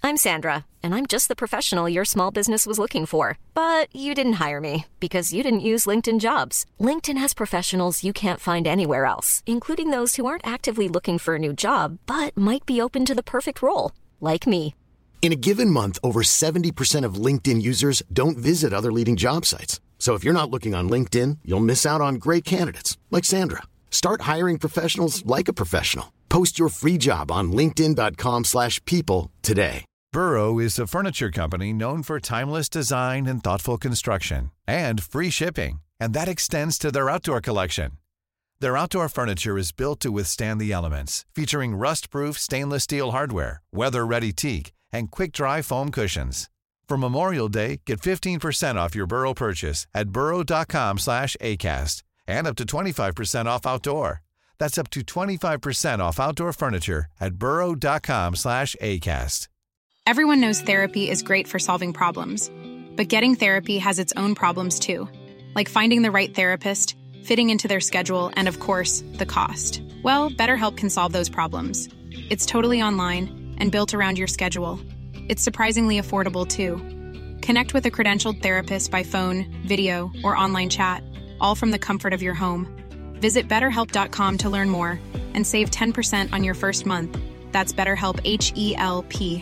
I'm Sandra, and I'm just the professional your small business was looking for. But you didn't hire me because you didn't use LinkedIn Jobs. LinkedIn has professionals you can't find anywhere else, including those who aren't actively looking for a new job, but might be open to the perfect role, like me. In a given month, over 70% of LinkedIn users don't visit other leading job sites. So if you're not looking on LinkedIn, you'll miss out on great candidates like Sandra. Start hiring professionals like a professional. Post your free job on linkedin.com/people today. Burrow is a furniture company known for timeless design and thoughtful construction and free shipping, and that extends to their outdoor collection. Their outdoor furniture is built to withstand the elements, featuring rust-proof stainless steel hardware, weather-ready teak, and quick-dry foam cushions. For Memorial Day, get 15% off your Burrow purchase at burrow.com/acast and up to 25% off outdoor. That's up to 25% off outdoor furniture at burrow.com/acast. Everyone knows therapy is great for solving problems, but getting therapy has its own problems too, like finding the right therapist, fitting into their schedule, and of course, the cost. Well, BetterHelp can solve those problems. It's totally online and built around your schedule. It's surprisingly affordable too. Connect with a credentialed therapist by phone, video, or online chat, all from the comfort of your home. Visit BetterHelp.com to learn more and save 10% on your first month. That's BetterHelp, H-E-L-P.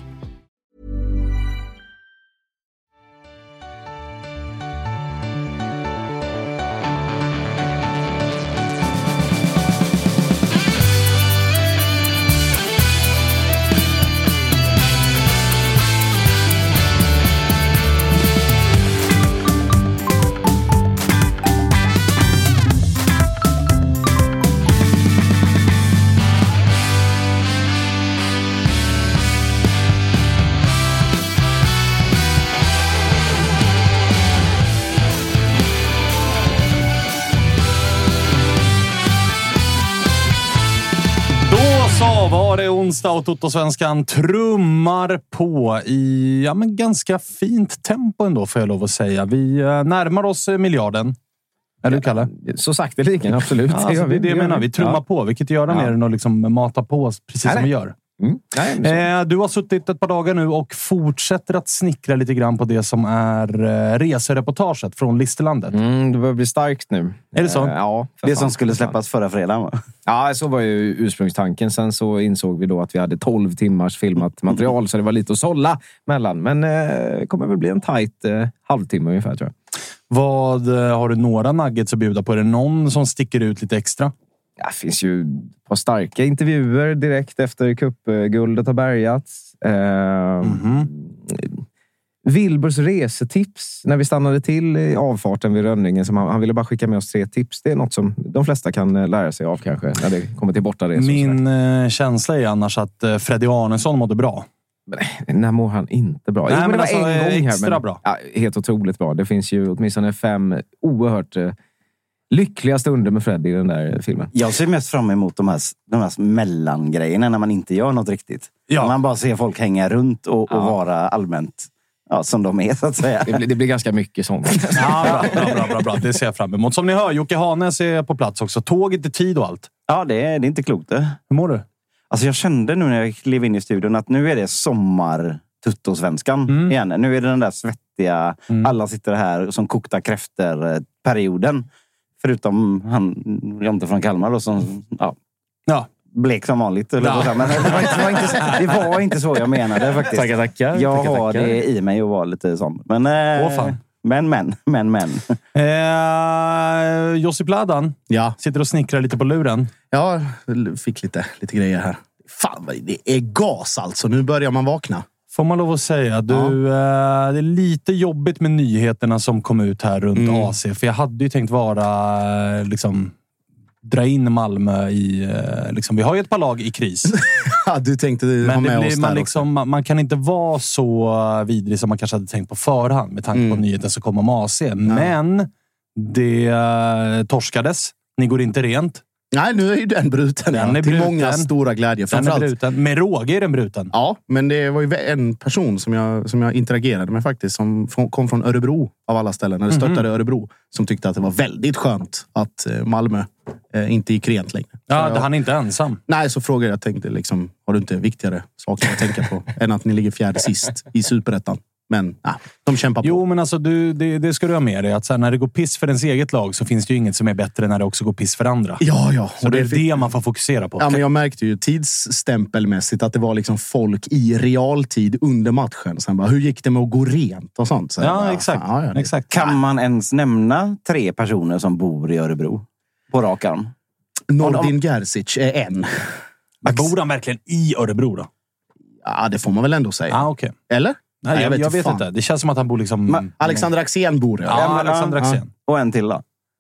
Så var det onsdag och Toto-svenskan trummar på i ganska fint tempo ändå, får jag lov att säga. Vi närmar oss miljarden. Eller Kalle? Så sagt det liken, absolut. Ja, alltså, det menar vi. Trumma på, vilket gör mer än att liksom mata på precis som vi gör. Du har suttit ett par dagar nu och fortsätter att snickra lite grann på det som är resereportaget från Listerlandet. Det börjar bli starkt nu. Är det så? Ja. Det som skulle släppas förra fredagen, va? Ja, så var ju ursprungstanken. Sen så insåg vi då att vi hade 12 timmars filmat material, så det var lite att sålla mellan. Men det kommer väl bli en tajt halvtimme ungefär, tror jag. Vad har du några nuggets att bjuda på? Är det någon som sticker ut lite extra? Ja, det finns ju ett par starka intervjuer direkt efter cupguldet har bärgats. Wilburs resetips när vi stannade till i avfarten vid Rönningen. Som han ville bara skicka med oss 3 tips. Det är något som de flesta kan lära sig av kanske när det kommer till bortaresor. Min känsla är annars att Freddy Arnesson mådde bra. Men när mår han inte bra? Nej, men det var alltså, en gång extra här. Men, bra. Ja, helt otroligt bra. Det finns ju åtminstone 5 oerhört lyckliga stunder med Freddy i den där filmen. Jag ser mest fram emot de här mellangrejerna när man inte gör något riktigt. Ja. När man bara ser folk hänga runt och vara allmänt som de är, så att säga. Det blir ganska mycket sånt. Ja, bra. Det ser jag fram emot. Som ni hör, Jocke Hanes är på plats också. Tåget i tid och allt. Ja, det är inte klokt det. Hur mår du? Alltså jag kände nu när jag klev in i studion att nu är det sommar-tuttosvenskan igen. Nu är det den där svettiga, alla sitter här som kokta kräfter-perioden. Förutom han, Jonte från Kalmar då, som blek som vanligt. Men det var inte så jag menade faktiskt. Tackar. Jag har det i mig att vara lite sån. Men, men. Josip Ladan sitter och snickrar lite på luren. Ja, fick lite grejer här. Fan, det är gas alltså. Nu börjar man vakna. Får man lov att säga. Det är lite jobbigt med nyheterna som kom ut här runt AC. För jag hade ju tänkt vara dra in Malmö i... vi har ju ett par lag i kris. Ja, du tänkte ha med oss där också. Man kan inte vara så vidrig som man kanske hade tänkt på förhand med tanke på nyheten som kom om AC. Men det torskades. Ni går inte rent. Nej, nu är ju den bruten. Den är till bruten. Många stora glädje. Den är bruten. Med råge är den bruten. Ja, men det var ju en person som jag interagerade med faktiskt. Som kom från Örebro av alla ställen. Eller stöttade Örebro. Som tyckte att det var väldigt skönt att Malmö inte gick rent längre. Ja, han är inte ensam. Nej, så frågade jag. Tänkte liksom, har du inte viktigare saker att tänka på än att ni ligger 4:e sist i Superettan? Men de kämpar på. Jo, men alltså det ska du ha med dig. Att så här, när det går piss för ens eget lag så finns det ju inget som är bättre när det också går piss för andra. Ja. Så det är det man får fokusera på. Ja, men jag märkte ju tidsstämpelmässigt att det var liksom folk i realtid under matchen. Sen bara, hur gick det med att gå rent och sånt? Så exakt. Exakt. Kan man ens nämna 3 personer som bor i Örebro? På rak arm. Nordin Gerzic är en. Men bor han verkligen i Örebro då? Ja, det får man väl ändå säga. Okay. Eller? Nej, jag vet inte. Det känns som att han bor liksom... Alexander Axén bor där. Ja, Alexander Axén. Och en till då.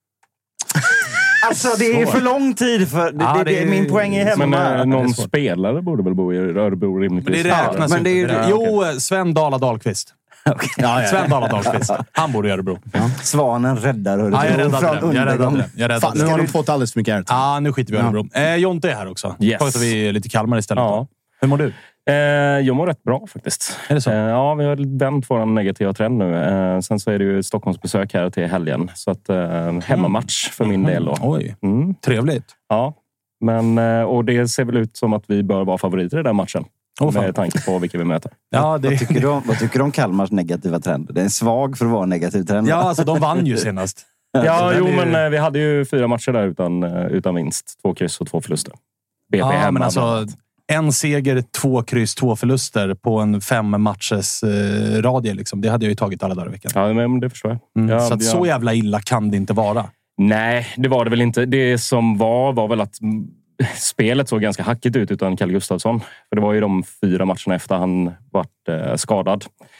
Alltså, det är för lång tid för... min poäng är hemma. Men någon spelare borde väl bo i Örebro rimligtvis. Men det räknas inte. Jo, Sven Dala Dahlqvist. Okay. Sven Dala Dahlqvist. Han bor i Örebro. Svanen räddar Örebro. Jag räddade det. Nu har de fått alldeles för mycket ärligt. Ja, nu skiter vi i Örebro. Jonte är här också. Yes. Pratar vi lite Kalmar istället. Ja. Hur mår du? Jag mår rätt bra faktiskt. Är det så? Ja, vi har vänt vår negativa trend nu. Sen så är det ju ett Stockholmsbesök här till helgen. Så att hemmamatch för min del då. Oj, trevligt. Ja, men och det ser väl ut som att vi bör vara favoriter i den matchen. Med tanke på vilka vi möter. Ja, vad tycker du om Kalmars negativa trend? Det är en svag för att vara en negativ trend. Ja, alltså de vann ju senast. Men vi hade ju 4 matcher där utan vinst. 2 kryss och 2 förluster. BP hemma. Men alltså... En seger, 2 kryss, 2 förluster på en 5 matchers radie. Liksom. Det hade jag ju tagit alla dagar i veckan. Ja, men det förstår jag. Så jävla illa kan det inte vara. Nej, det var det väl inte. Det som var väl att spelet såg ganska hackigt ut utan Kalle Gustafsson. För det var ju de 4 matcherna efter han vart skadad.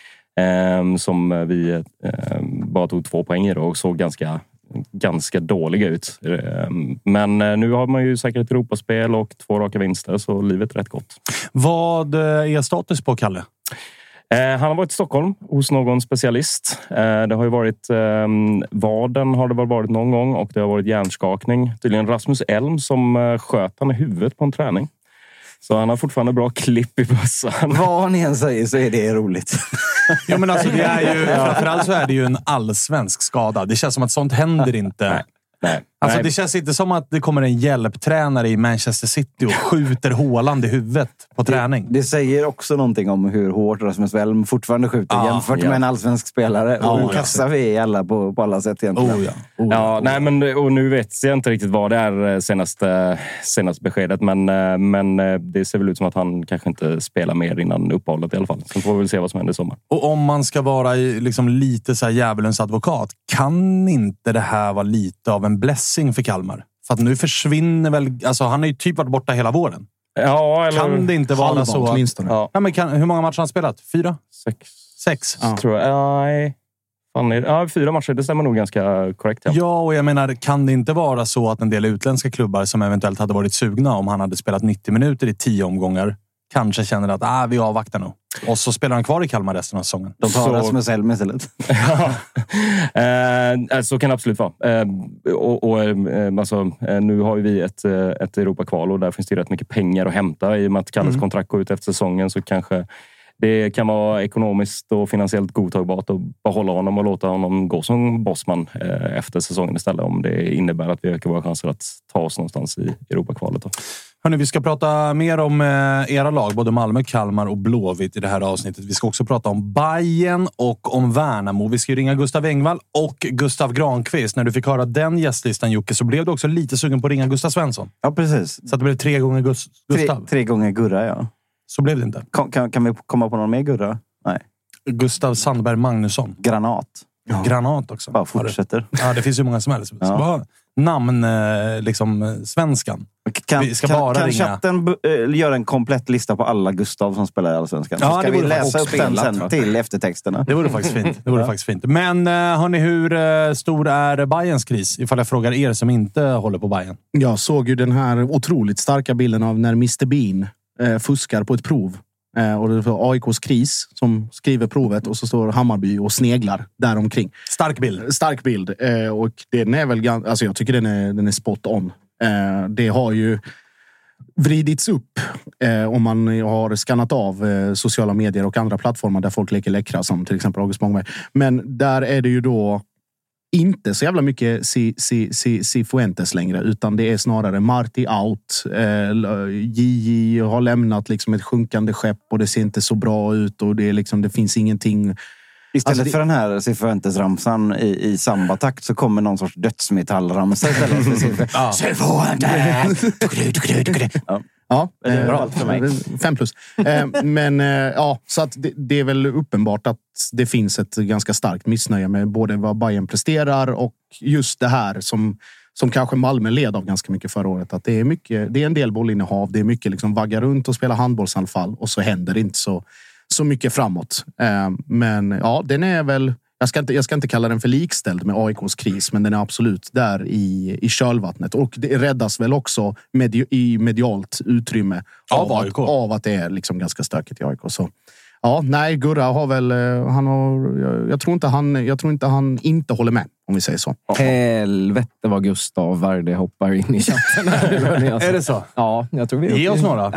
Som vi bara tog 2 poäng i då och såg ganska dåliga ut. Men nu har man ju säkert ett Europaspel och 2 raka vinster, så livet är rätt gott. Vad är status på Kalle? Han har varit i Stockholm hos någon specialist. Det har ju varit vaden har det väl varit någon gång och det har varit hjärnskakning. Tydligen Rasmus Elm som sköt han i huvudet på en träning. Så han har fortfarande bra klipp i bössan. Vad ni än säger så är det roligt. Ja, men alltså det är ju, framförallt så är det ju en allsvensk skada. Det känns som att sånt händer inte. Nej. Alltså det känns inte som att det kommer en hjälptränare i Manchester City och skjuter Haaland i huvudet på träning. Det säger också någonting om hur hårt Rasmus Elm fortfarande skjuter jämfört med en allsvensk spelare. Och hur kassa vi är alla på alla sätt egentligen. Nej, men och nu vet jag inte riktigt vad det är senaste beskedet. Men det ser väl ut som att han kanske inte spelar mer innan uppehållet i alla fall. Så får vi väl se vad som händer i sommar. Och om man ska vara liksom lite så här djävulens advokat, kan inte det här vara lite av en blessing för Kalmar? För att nu försvinner väl... Alltså han har ju typ varit borta hela våren. Ja, eller... Kan det inte vara så... Åtminstone. Ja, men hur många matcher har han spelat? 4? 6? Ja. Tror jag. Nej. 4 matcher. Det stämmer nog ganska korrekt. Ja, och jag menar, kan det inte vara så att en del utländska klubbar som eventuellt hade varit sugna om han hade spelat 90 minuter i 10 omgångar kanske känner att vi avvaktar nog. Och så spelar han kvar i Kalmar resten av säsongen. De tar Rasmus Elm istället. Så kan det absolut vara. Nu har ju vi ett Europakval och där finns det rätt mycket pengar att hämta. I och med att Kalles kontrakt går ut efter säsongen så kanske det kan vara ekonomiskt och finansiellt godtagbart att behålla honom och låta honom gå som bossman efter säsongen istället. Om det innebär att vi ökar våra chanser att ta oss någonstans i Europakvalet då. Hörrni, vi ska prata mer om era lag, både Malmö, Kalmar och Blåvitt i det här avsnittet. Vi ska också prata om Bayern och om Värnamo. Vi ska ju ringa Gustav Engvall och Gustav Granqvist. När du fick höra den gästlistan, Jocke, så blev du också lite sugen på att ringa Gustav Svensson. Ja, precis. Så att det blev 3 gånger Gustav. 3 gånger Gurra, ja. Så blev det inte. Kan vi komma på någon mer Gurra? Nej. Gustav Sandberg Magnusson. Granat. Ja. Granat också. Bara fortsätter. Ja, det finns ju många som helst. Ja. Bara namn, svenskan. Kan chatten göra en komplett lista på alla Gustav som spelar i Allsvenskan? Ja, ska vi läsa upp den sen till eftertexterna? Det vore faktiskt fint. Men hörni, hur stor är Bayerns kris? Ifall jag frågar er som inte håller på Bayern. Jag såg ju den här otroligt starka bilden av när Mr. Bean fuskar på ett prov. Och det är AIKs kris som skriver provet och så står Hammarby och sneglar däromkring. Stark bild. Och den är väl, alltså jag tycker den är spot on. Det har ju vridits upp om man har skannat av sociala medier och andra plattformar där folk leker läckra, som till exempel August Spångberg. Men där är det ju då inte så jävla mycket Cifuentes längre, utan det är snarare Marti out. JJ har lämnat liksom ett sjunkande skepp och det ser inte så bra ut och det är liksom, det finns ingenting. Istället för den här Cifuentes-ramsan i sambatakt så kommer någon sorts dödsmetallramsa istället för Cifuentes. Ja, det är bra för mig. 5+. Men ja, så att det är väl uppenbart att det finns ett ganska starkt missnöje med både vad Bayern presterar och just det här som kanske Malmö led av ganska mycket förra året. Att det är en del bollinnehav, det är mycket liksom vagga runt och spela handbollsanfall och så händer det inte så mycket framåt. Men ja, den är väl... Jag ska inte kalla den för likställd med AIKs kris, men den är absolut där i kölvattnet. Och det räddas väl också i medialt utrymme av att det är liksom ganska stökigt i AIK. Så ja, nej, Gurra har väl... Jag tror inte han inte håller med, om vi säger så. Helvete vad Gustav Värde hoppar in i chatten här. Är det så? Ja, jag tror vi... Ge oss några.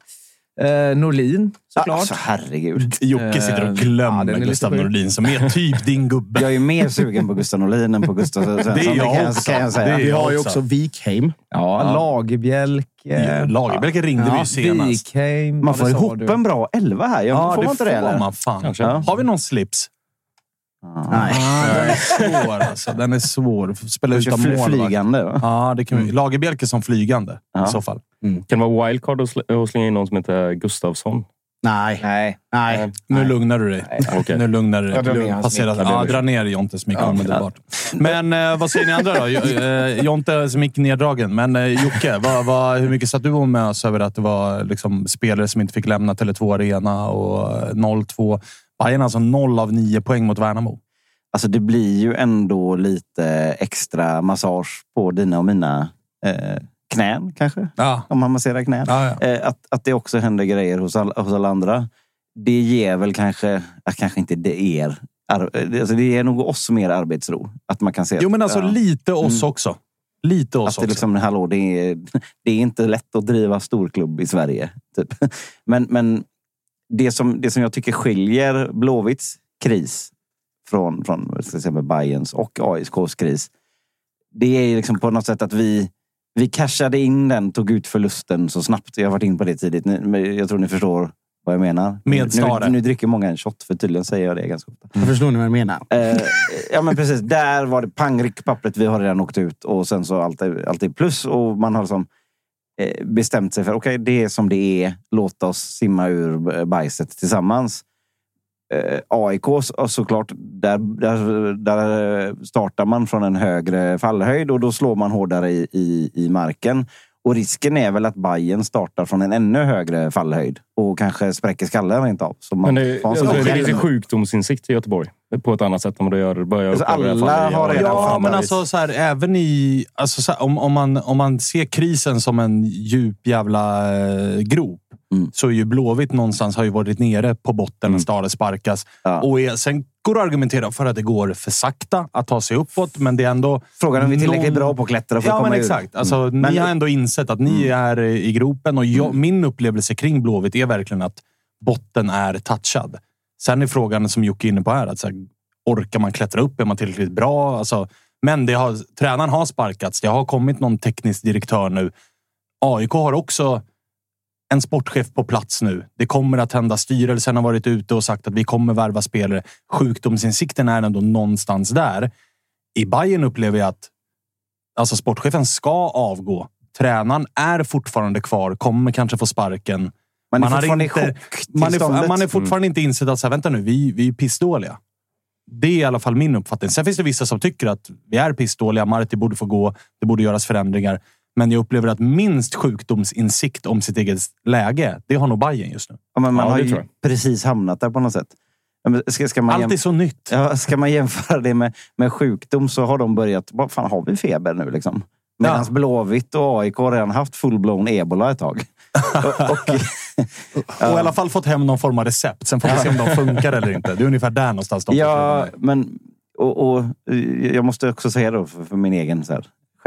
Norlin, såklart. Alltså, herregud. Jocke sitter och glömmer Gustav Norlin som är typ din gubbe. Jag är mer sugen på Gustav Norlin än på Gustav Svensson. Det är jag också. Kan jag säga. Vi har ju också Wikheim. Ja, Lagerbjälke. Lagerbjälke ringde vi senast. Wikheim. Man får ihop en bra 11 här. Får man inte det, eller? Man fan. Har vi någon slips? Nej. Den är svår alltså. Den är svår. Spela utan mål. Flygande då? Ja, det kan vi. Lagerbjälke som flygande i så fall. Kan det vara wildcard och slänga in någon som heter Gustavsson? Nej. Nu lugnar du dig. Okay. Nu lugnar du dig. Dra ner Jontes mick omedelbart. Men vad säger ni andra då? Jontes mick neddragen. Men Jocke, hur mycket satt du om med oss över att det var liksom spelare som inte fick lämna Tele2 Arena och 0-2? Bayern alltså 0 av 9 poäng mot Värnamo. Alltså det blir ju ändå lite extra massage på dina och mina knän kanske. Ja. Om man masserar knän. Ja. Att det också händer grejer hos alla andra. Det ger väl kanske inte det er. Alltså det ger nog oss mer arbetsro. Att man kan se. Jo, men alltså lite oss också. Lite oss att det liksom, hallå, det är inte lätt att driva storklubb i Sverige. Typ. Men det som jag tycker skiljer Blåvitts kris från till exempel Bayerns och AIKs kris, det är liksom på något sätt att vi cashade in den, tog ut förlusten så snabbt. Jag har varit in på det tidigt. Jag tror ni förstår vad jag menar. Nu dricker många en shot, för tydligen säger jag det ganska ofta. Jag förstår ni vad jag menar? Ja, men precis. Där var det pangrick pappret. Vi har redan åkt ut och sen så alltid plus, och man har liksom bestämt sig för okej, det är som det är. Låt oss simma ur bajset tillsammans. AIK såklart, där startar man från en högre fallhöjd och då slår man hårdare i marken. Och risken är väl att Bayern startar från en ännu högre fallhöjd och kanske spräcker skallen rent av. Så man, det finns en sjukdomsinsikt i Göteborg på ett annat sätt än vad det gör. Alltså alla har redan. Ja, men alltså så här, även i alltså så här, om man ser krisen som en djup jävla grop, så är ju Blåvitt någonstans har ju varit nere på botten när staden sparkas. Ja. Och sen går det att argumentera för att det går för sakta att ta sig uppåt, men det är ändå... Frågan om vi är tillräckligt bra på att klättra för att komma exakt. Alltså, ni har ändå insett att ni är i gropen, och min upplevelse kring Blåvitt är verkligen att botten är touchad. Sen är frågan som Jocke är inne på här, att så här, orkar man klättra upp? Är man tillräckligt bra? Alltså, men tränaren har sparkats. Det har kommit någon teknisk direktör nu. AIK har också en sportchef på plats nu. Det kommer att hända. Styrelsen har varit ute och sagt att vi kommer värva spelare. Sjukdomsinsikten är ändå någonstans där. I Bayern upplever jag att alltså sportchefen ska avgå. Tränaren är fortfarande kvar. Kommer kanske få sparken. Man är fortfarande inte insett att så här, vänta nu, vi är pissdåliga. Det är i alla fall min uppfattning. Sen finns det vissa som tycker att vi är pissdåliga. Marti borde få gå. Det borde göras förändringar. Men jag upplever att minst sjukdomsinsikt om sitt eget läge, det har nog Bayern just nu. Ja, men man har ju precis hamnat där på något sätt. Allt är så nytt. Ja, ska man jämföra det med sjukdom, så har de börjat... Vad fan, har vi feber nu liksom? Medan Blåvitt och AIK har redan haft full-blown ebola ett tag. och i alla fall fått hem någon form av recept. Sen får vi se om de funkar eller inte. Det är ungefär där någonstans. Men och jag måste också säga då för min egen så här,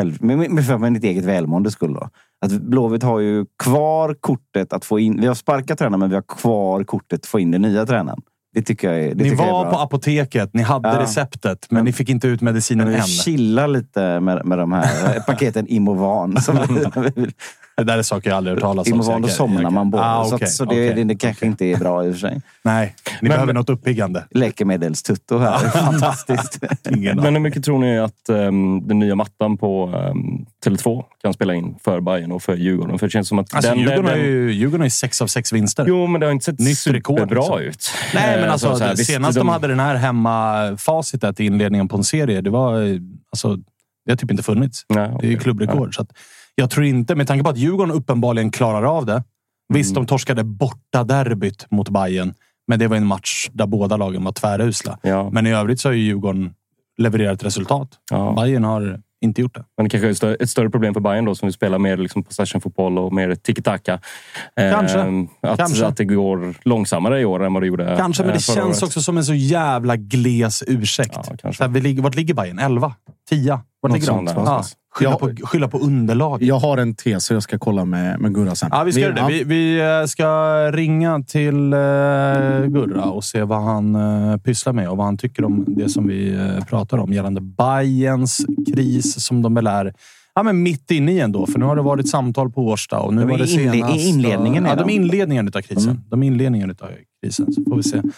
för mitt eget välmående skull då. Att Blåvitt har ju kvar kortet att få in. Vi har sparkat tränaren, men vi har kvar kortet att få in den nya tränaren. Det tycker jag är, ni var på apoteket, ni hade receptet, men ni fick inte ut medicinen än. Chilla lite med de här paketen Imovan. Det där är saker jag aldrig hört talas om. Imovan, då somnar man både. Så det kanske inte är bra i och för sig. Nej, ni behöver något uppiggande. Läkemedelstutto här. Fantastiskt. Men hur mycket tror ni att den nya mattan på Tele2 kan spela in för Bayern och för Djurgården? För det känns som att Djurgården har ju 6 av 6 vinster. Jo, men det har inte sett superbra ut. Nej, men alltså senast de hade den här hemmafacitet i inledningen på en serie, det var det har typ inte funnits. Nej, det är ju klubbrekord. Så att jag tror inte, med tanke på att Djurgården uppenbarligen klarar av det. Visst, de torskade borta derbyt mot Bayern. Men det var en match där båda lagen var tvärusla. Ja. Men i övrigt så har ju Djurgården levererat resultat. Ja. Bayern har inte gjort det. Men det kanske är ett större problem för Bayern då, som vill spela mer liksom possession-fotboll och mer tiki-taka. Kanske. Att det går långsammare i år än vad det gjorde. Kanske, men det känns också som en så jävla gles ursäkt. Ja, vart ligger Bayern? 11? 10? Vart ligger de? Skylla på underlag. Jag har en tes så jag ska kolla med Gurra sen. Ja, vi ska det. Vi ska ringa till Gurra och se vad han pysslar med och vad han tycker om det som vi pratar om gällande Bayerns kris som de väl är mitt inne i ändå. För nu har det varit samtal på Årsta och nu var det senast... Inledningen de är inledningen utav krisen. De är inledningen utav krisen, så får vi se.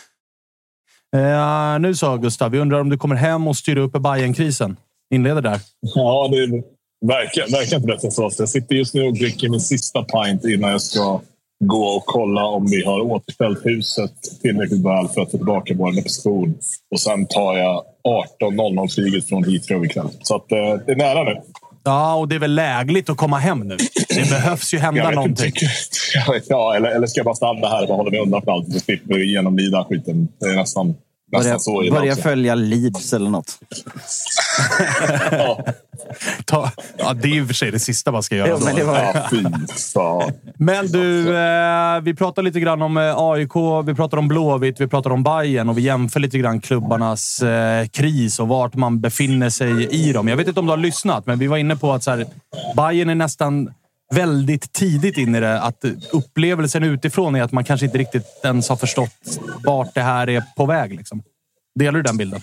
Nu sa Gustav, vi undrar om du kommer hem och styr upp Bayern-krisen. Inleder där. Ja, det verkar inte rätt så. Jag sitter just nu och dricker min sista pint innan jag ska gå och kolla om vi har återställt huset tillräckligt väl för att få tillbaka vår expedition. Och sen tar jag 18.00-flyget från Heathrow ikväll. Så att, det är nära nu. Ja, och det är väl lägligt att komma hem nu. Det behövs ju hända någonting. Eller ska jag bara stanna här och bara hålla mig undan för allt och slippa genomlida skiten. Det är nästan så. Börja följa Leeds eller något. Det är ju för sig det sista man ska göra. Men du, vi pratar lite grann om AIK, vi pratar om Blåvitt, vi pratar om Bayern och vi jämför lite grann klubbarnas kris och vart man befinner sig i dem. Jag vet inte om du har lyssnat, men vi var inne på att Bayern är nästan väldigt tidigt in i det, att upplevelsen utifrån är att man kanske inte riktigt ens har förstått vart det här är på väg. Liksom. Delar du den bilden?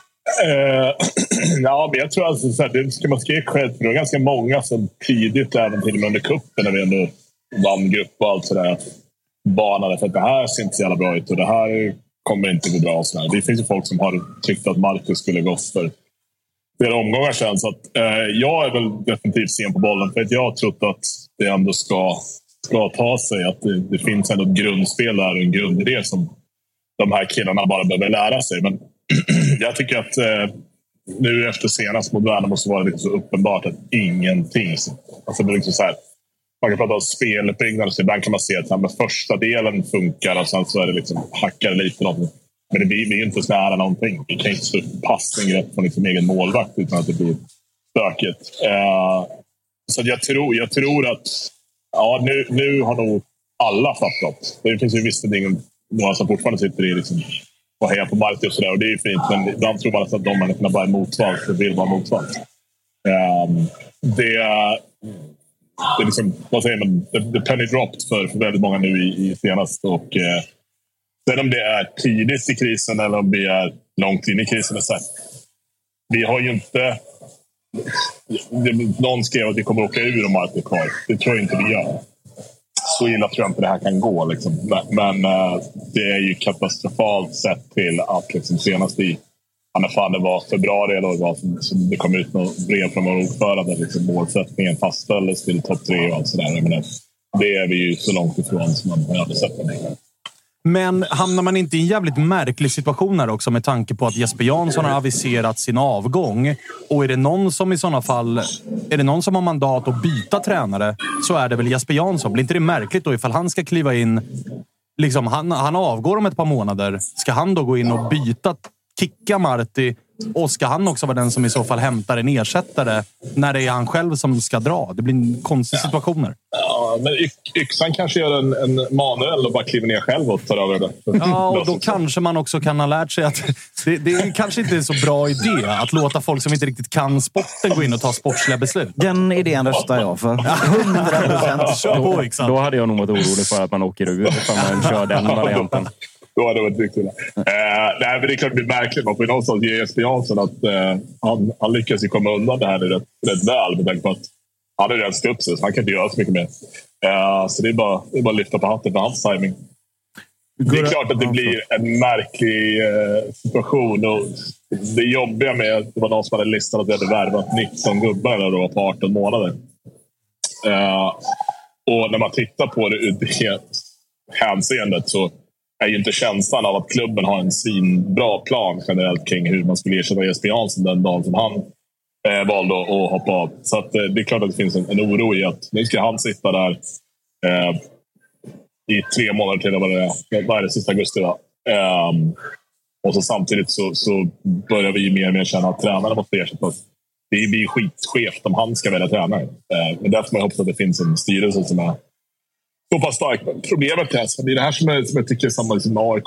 Ja, men jag tror alltså det ska man skriva själv, för det var ganska många som tidigt, även till och med under kuppen när vi ändå vann grupp och allt sådär, banade för att det här ser inte så jävla bra ut och det här kommer inte gå bra. Så det finns ju folk som har tyckt att Marcus skulle gått för flera omgångar sedan, så att jag är väl definitivt sen på bollen, för att jag har trott att det ändå ska ta sig, att det finns ändå ett grundspel där och en grundidé som de här killarna bara behöver lära sig. Men jag tycker att nu efter senast mot Värnamo så var det lite så uppenbart att ingenting. Alltså det är liksom så här, man kan prata om speluppbyggnad, så ibland kan man se att första delen funkar och sen så är det liksom hackar lite något. Men det blir inte så nära någonting. Vi kan inte stå passning rätt från liksom egen målvakt utan att det blir stökigt. Så jag tror att nu har nog alla fattat. Det finns ju visst några som fortfarande sitter i liksom och hejar på Marti och sådär, och det är ju fint, men ibland tror man att de människorna bara är motval, för vill vara motval. Det är liksom, vad säger man, det penny dropped för väldigt många nu i senast, och sen om det är tidigt i krisen eller om vi är långt in i krisen, så här, vi har ju inte, någon skrev att vi kommer åka ur om Marti är kvar. Det tror jag inte vi gör. Så illa tror jag inte det här kan gå. Liksom. Men det är ju katastrofalt sett till att liksom, senast i det var februari eller vad som det kom ut något brev från vår ordförande. Liksom, målsättningen fastställdes till topp 3 och allt sådär. Men det är vi ju så långt ifrån som man hade sett det. Men hamnar man inte i en jävligt märklig situation här också med tanke på att Jesper Jansson har aviserat sin avgång? Och är det någon som i sådana fall, är det någon som har mandat att byta tränare, så är det väl Jesper Jansson. Blir inte det märkligt då ifall han ska kliva in, liksom han avgår om ett par månader, ska han då gå in och byta, kicka Marti Och ska han också vara den som i så fall hämtar en ersättare när det är han själv som ska dra? Det blir en konstig situationer. Ja, men Yxan kanske gör en manuell och bara kliver ner själv och tar över det. Ja, och då kanske man också kan ha lärt sig att det kanske inte är så bra idé att låta folk som inte riktigt kan sporten gå in och ta sportsliga beslut. Den idén röstar jag för. 100%. Då hade jag nog varit orolig för att man åker ur ifall man kör den varianten. Då hade det varit riktigt. Nej, men det är klart det är märkligt. Man får ju någonstans ge Jesper Jansson att han lyckas ju komma undan det här rätt väl. Med tanke på att han har redan stått upp sig, så han kan inte göra så mycket mer. Så det är bara att lyfta på hatten för hans timing. Det är klart att det blir en märklig situation. Och det jobbiga med att det var någon som hade listat att vi hade värvat 19 gubbar då på 18 månader. Och när man tittar på det ur det hänseendet så är ju inte känslan av att klubben har en svinbra plan generellt kring hur man skulle ersätta Jesper Jansson den dagen som han valde att hoppa av. Så att, det är klart att det finns en oro i att nu ska han sitta där i 3 månader till vad är det sista augusti. Och så samtidigt så börjar vi mer och mer känna att tränarna måste ersättas. Det blir skitskevt om han ska välja tränare. Men därför man hoppas att det finns en styrelse som är så pass stark. Problemet är det här som jag tycker är samma som AIK.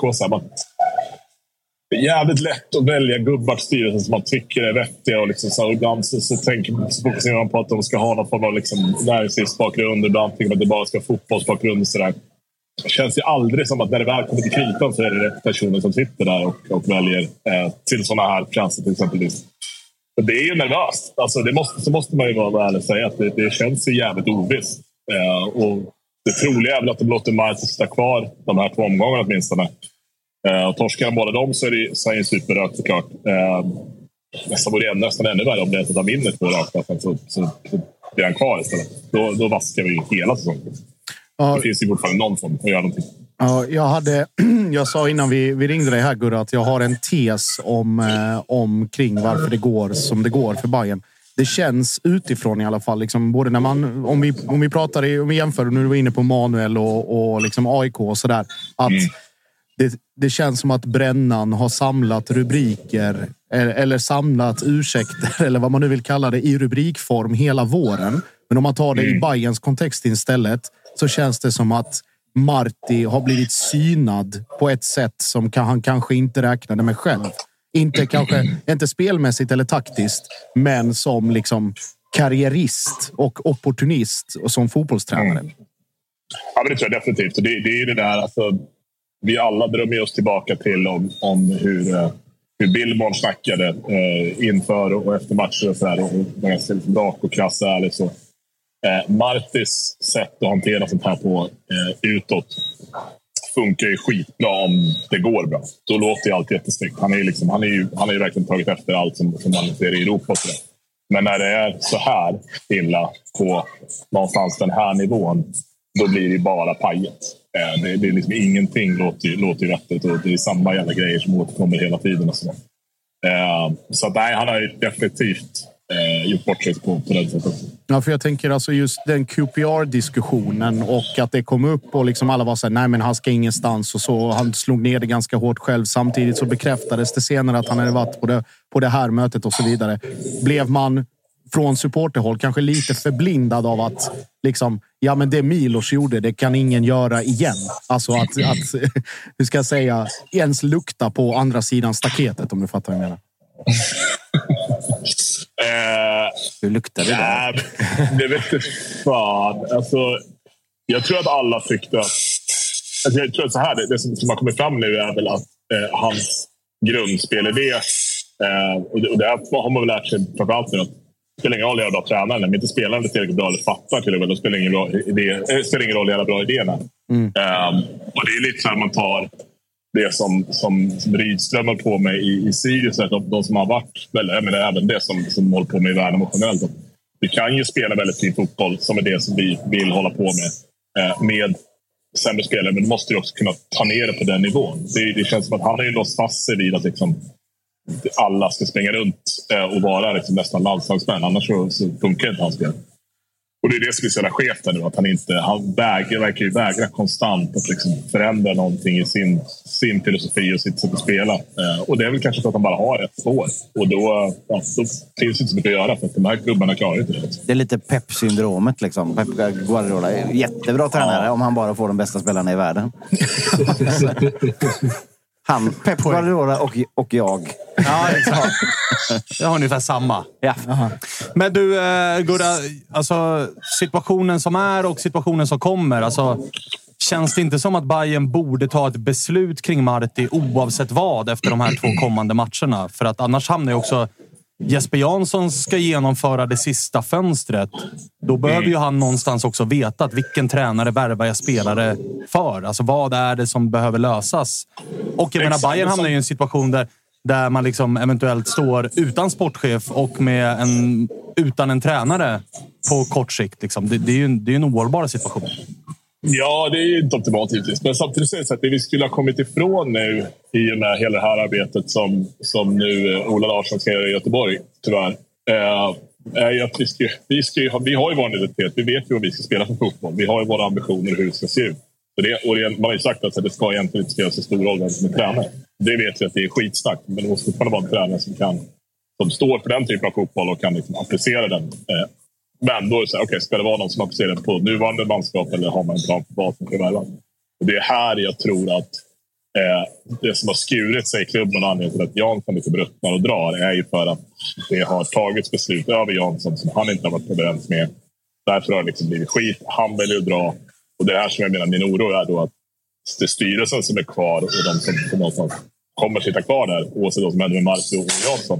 Det är jävligt lätt att välja gubbar till styrelsen som man tycker är vettiga. Och liksom, så ibland så fokuserar man på att de ska ha någon form av liksom, näringslivsbakgrund. Ibland tänker man att det bara ska ha fotbollsbakgrund. Det känns ju aldrig som att när det väl kommer till kritan så är det rätt personer som sitter där och väljer till sådana här tjänster till exempel. Det är ju nervöst. Alltså, så måste man ju vara ärlig och säga att det känns ju jävligt ovisst. Och det troliga är väl att de låter Martin sitta kvar de här 2 omgångarna åtminstone. Och torskar båda dem så är det superrökt såklart. Nästan vore nästan ännu värre om det är att han vinner 2 raka. Så blir han kvar istället. Då vaskar vi hela säsongen. Ja. Det finns ju fortfarande någon form att göra någonting. Ja, jag sa innan vi ringde dig här, Gurra, att jag har en tes kring varför det går som det går för Bayern. Det känns utifrån i alla fall, liksom, både när man, om vi jämför, nu är vi inne på Manuel och liksom AIK och sådär, att det känns som att Brännan har samlat rubriker eller samlat ursäkter eller vad man nu vill kalla det i rubrikform hela våren. Men om man tar det i Bayerns kontext istället så känns det som att Marti har blivit synad på ett sätt som han kanske inte räknade med själv. Inte spelmässigt eller taktiskt, men som liksom karriärist och opportunist och som fotbollstränare. Ja, men det tror jag definitivt. Och det är ju det där, alltså, vi alla drömmer oss tillbaka till om hur Billborn snackade inför och efter matcher och sådär. Och ganska rak och krass ärlig så. Martis sätt att hantera sånt här på utåt funkar ju skitbra om det går bra. Då låter ju allt jättesnyggt. Han är ju verkligen tagit efter allt som man ser i Europa och så där. Men när det är så här illa på någonstans den här nivån, då blir det bara pajet. Det är liksom ingenting låter ju vettigt och det är samma jävla grejer som återkommer hela tiden och så. Så nej, han har ju definitivt gjort bort sig på det sättet. Ja, för jag tänker alltså just den QPR-diskussionen och att det kom upp och liksom alla var så här, nej men han ska ingenstans och så. Han slog ner det ganska hårt själv. Samtidigt så bekräftades det senare att han hade varit på det här mötet och så vidare. Blev man från supporterhåll kanske lite förblindad av att liksom, ja men det Milos gjorde, det kan ingen göra igen. Alltså att hur ska jag säga, ens lukta på andra sidan staketet, om du fattar vad jag menar. Hur luktar det där? Det vet inte fan. Alltså, jag tror att alla tyckte att... Alltså, jag tror att så här, det som har kommit fram nu är väl att hans grundspelidé och det har man väl lärt sig framförallt nu att det spelar ingen roll att göra bra tränare. När man inte spelar det tillräckligt bra eller fattar till det, då spelar ingen roll att göra bra idéerna. Och det är lite så här man tar det som Rydström har på med i Sirius, de som har varit, eller även det som håller på med i världen emotionellt. Vi kan ju spela väldigt fin fotboll som är det som vi vill hålla på med sämre spelare, men du måste ju också kunna ta ner det på den nivån. Det känns som att han har ju låst fast sig vid att liksom, alla ska springa runt och vara liksom nästan landslagsmän, annars så funkar inte hans spel. Och det är det som är så jävla skevt nu, att han verkar ju vägra konstant att liksom förändra någonting i sin filosofi och sitt sätt att spela. Och det är väl kanske för att han bara har ett spår. Och då finns inte så mycket att göra, för att de här klubbarna klarar inte det. Det är lite Pep-syndromet liksom. Pep Guardiola är jättebra tränare om han bara får de bästa spelarna i världen. Pep Guardiola och jag. Ja, exakt. Jag har ungefär samma. Ja. Men du, Gurra, alltså situationen som är och situationen som kommer, alltså känns det inte som att Bayern borde ta ett beslut kring Marti oavsett vad efter de här 2 kommande matcherna? För att annars hamnar ju också Jesper Jansson ska genomföra det sista fönstret. Då behöver ju han någonstans också veta att vilken tränare värvar jag spelare för. Alltså vad är det som behöver lösas? Och jag menar, Bayern hamnar ju i en situation där man liksom eventuellt står utan sportchef och utan en tränare på kort sikt. Liksom. Det är ju en ohållbar situation. Ja, det är ju inte optimalt givetvis. Men samtidigt så är det så att det vi skulle ha kommit ifrån nu i och med hela det här arbetet som nu Ola Larsson ska göra i Göteborg, tyvärr, är att vi har ju vår identitet. Vi vet ju vad vi ska spela för fotboll. Vi har ju våra ambitioner hur det ska se ut. Man har ju sagt att det ska egentligen inte spela så stor roll vem som är tränare. Det vet vi att det är skitsnack. Men det måste fortfarande vara en tränare som står för den typen av fotboll och kan liksom applicera den. Men då är det så här, okej, ska det vara någon som applicerar på nuvarande manskap eller har man en plan för vad som ska värva? Och det är här jag tror att det som har skurit sig i klubben och anledningen till att Jansson lite bruttnar och drar är ju för att det har tagits beslut över Jansson som han inte har varit överens med. Därför har det liksom blivit skit. Han väljer att dra. Och det här som jag menar, min oro är då att det är styrelsen som är kvar och de som någonstans kommer att sitta kvar där, oavsett vad som händer med Marti och Jansson,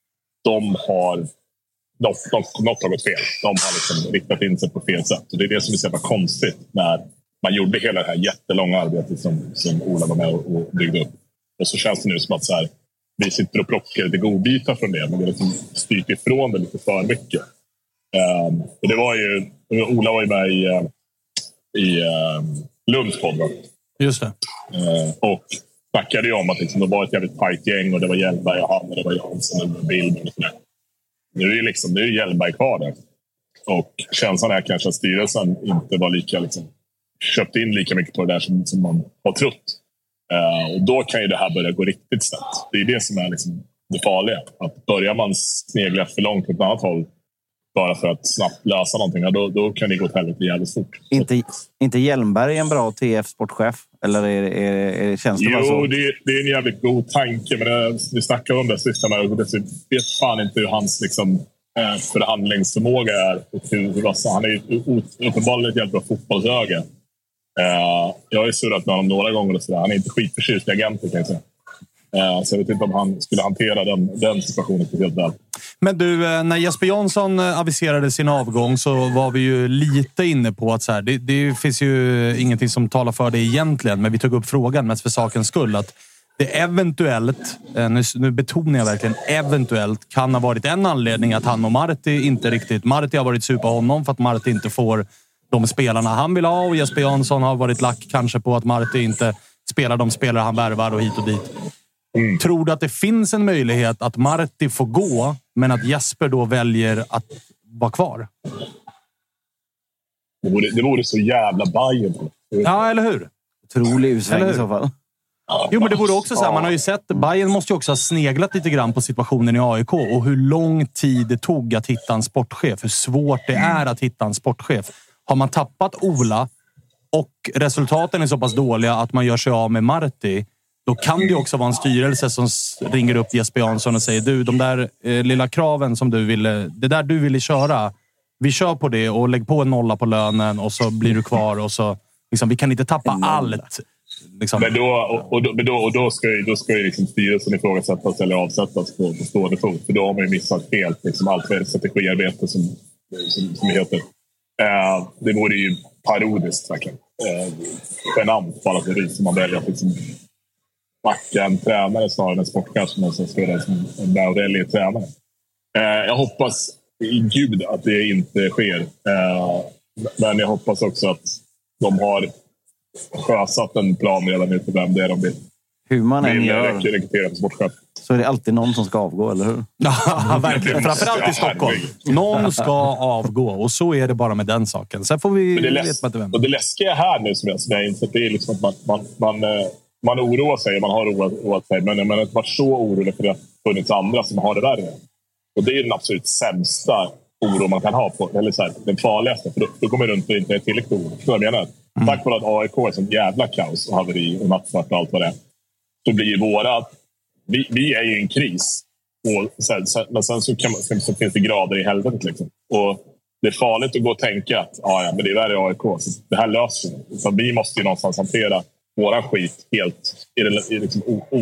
något har gått fel. De har liksom riktat in sig på fel sätt. Och det är det som är så jävla konstigt när man gjorde hela det här jättelånga arbetet som Ola var med och byggde upp. Och så känns det nu som att så här, vi sitter och plockar lite godbitar från det, men vi har liksom styrt ifrån det lite för mycket. Och det var ju, Ola var ju med i Lunds podd. Just det. Och snackade ju om att liksom, det var ett jävligt tajt gäng och det var Hjelmberg och han och det var Jansson och Billman och sådär. Nu är Hjelmberg kvar där. Och känslan är kanske att styrelsen inte var lika köpt in lika mycket på det där som man har trott. Och då kan ju det här börja gå riktigt snett. Det är det som är det farliga. Att börjar man snegla för långt på ett annat håll bara för att snabbt lösa någonting, då kan det gå åt helvete jävligt fort. Inte Hjelmberg en bra TF-sportchef? Eller känns det bara så? Jo, det är en jävligt god tanke. Men vi snackar om det sista med. Jag vet fan inte hur hans förhandlingsförmåga är. Och han är ju uppenbarligen ett jävligt bra fotbollsöga. Jag har ju surrat med honom några gånger och sådär. Han är inte skitförtjust i agenter, kan jag säga. Så jag vet inte om han skulle hantera den situationen speciellt väl. Men du, när Jesper Jansson aviserade sin avgång så var vi ju lite inne på att så här, det finns ju ingenting som talar för det egentligen, men vi tog upp frågan mest för sakens skull att det eventuellt, nu betonar jag verkligen eventuellt, kan ha varit en anledning att han och Marti inte riktigt, Marti har varit sur på honom för att Marti inte får de spelarna han vill ha och Jesper Jansson har varit lack kanske på att Marti inte spelar de spelare han värvar och hit och dit. Tror du att det finns en möjlighet att Marti får gå, men att Jesper då väljer att vara kvar? Det vore så jävla Bayern. Ja, eller hur? Otrolig utsväng i så fall. Jo, men det vore också så här, man har ju sett, Bayern måste ju också ha sneglat lite grann på situationen i AIK och hur lång tid det tog att hitta en sportchef. Hur svårt det är att hitta en sportchef. Har man tappat Ola och resultaten är så pass dåliga att man gör sig av med Marti, då kan det också vara en styrelse som ringer upp Jesper Jansson och säger du, de där lilla kraven som du ville, det där du ville köra, vi kör på det och lägg på en nolla på lönen och så blir du kvar och så vi kan inte tappa allt. Men då ska ju styrelsen ifrågasättas eller avsättas på stående fot, för då har man ju missat helt allt för strategiarbete som heter. Det vore ju parodiskt verkligen. Genant på alla sätt som man väljer att backa en tränare snarare än en sportchef som ska vara en väldigt tränare. Jag hoppas i Gud att det inte sker. Men jag hoppas också att de har sjösatt en plan redan nu för vem det är de vill. Hur man än gör rekrytera för sportchef. så är det alltid någon som ska avgå, eller hur? Ja, verkligen. Framförallt i Stockholm. Någon ska avgå och så är det bara med den saken. Sen får vi veta vem. Och det läskiga här nu som jag insett, det är liksom att man oroar sig, man har oroat sig, men man har inte varit så orolig för det har funnits andra som har det värre. Och det är den absolut sämsta oro man kan ha på, eller så här, den farligaste, för då kommer det runt och inte är tillräckligt oro. Så jag menar, tack vare att AIK är som jävla kaos och haveri och nattsvart och allt vad det är, så blir ju vi är ju i en kris. Men sen så finns det grader i helvetet. Liksom. Och det är farligt att gå och tänka att men det är värre i AIK. Så det här löser vi. Så vi måste ju någonstans hantera våran skit helt liksom,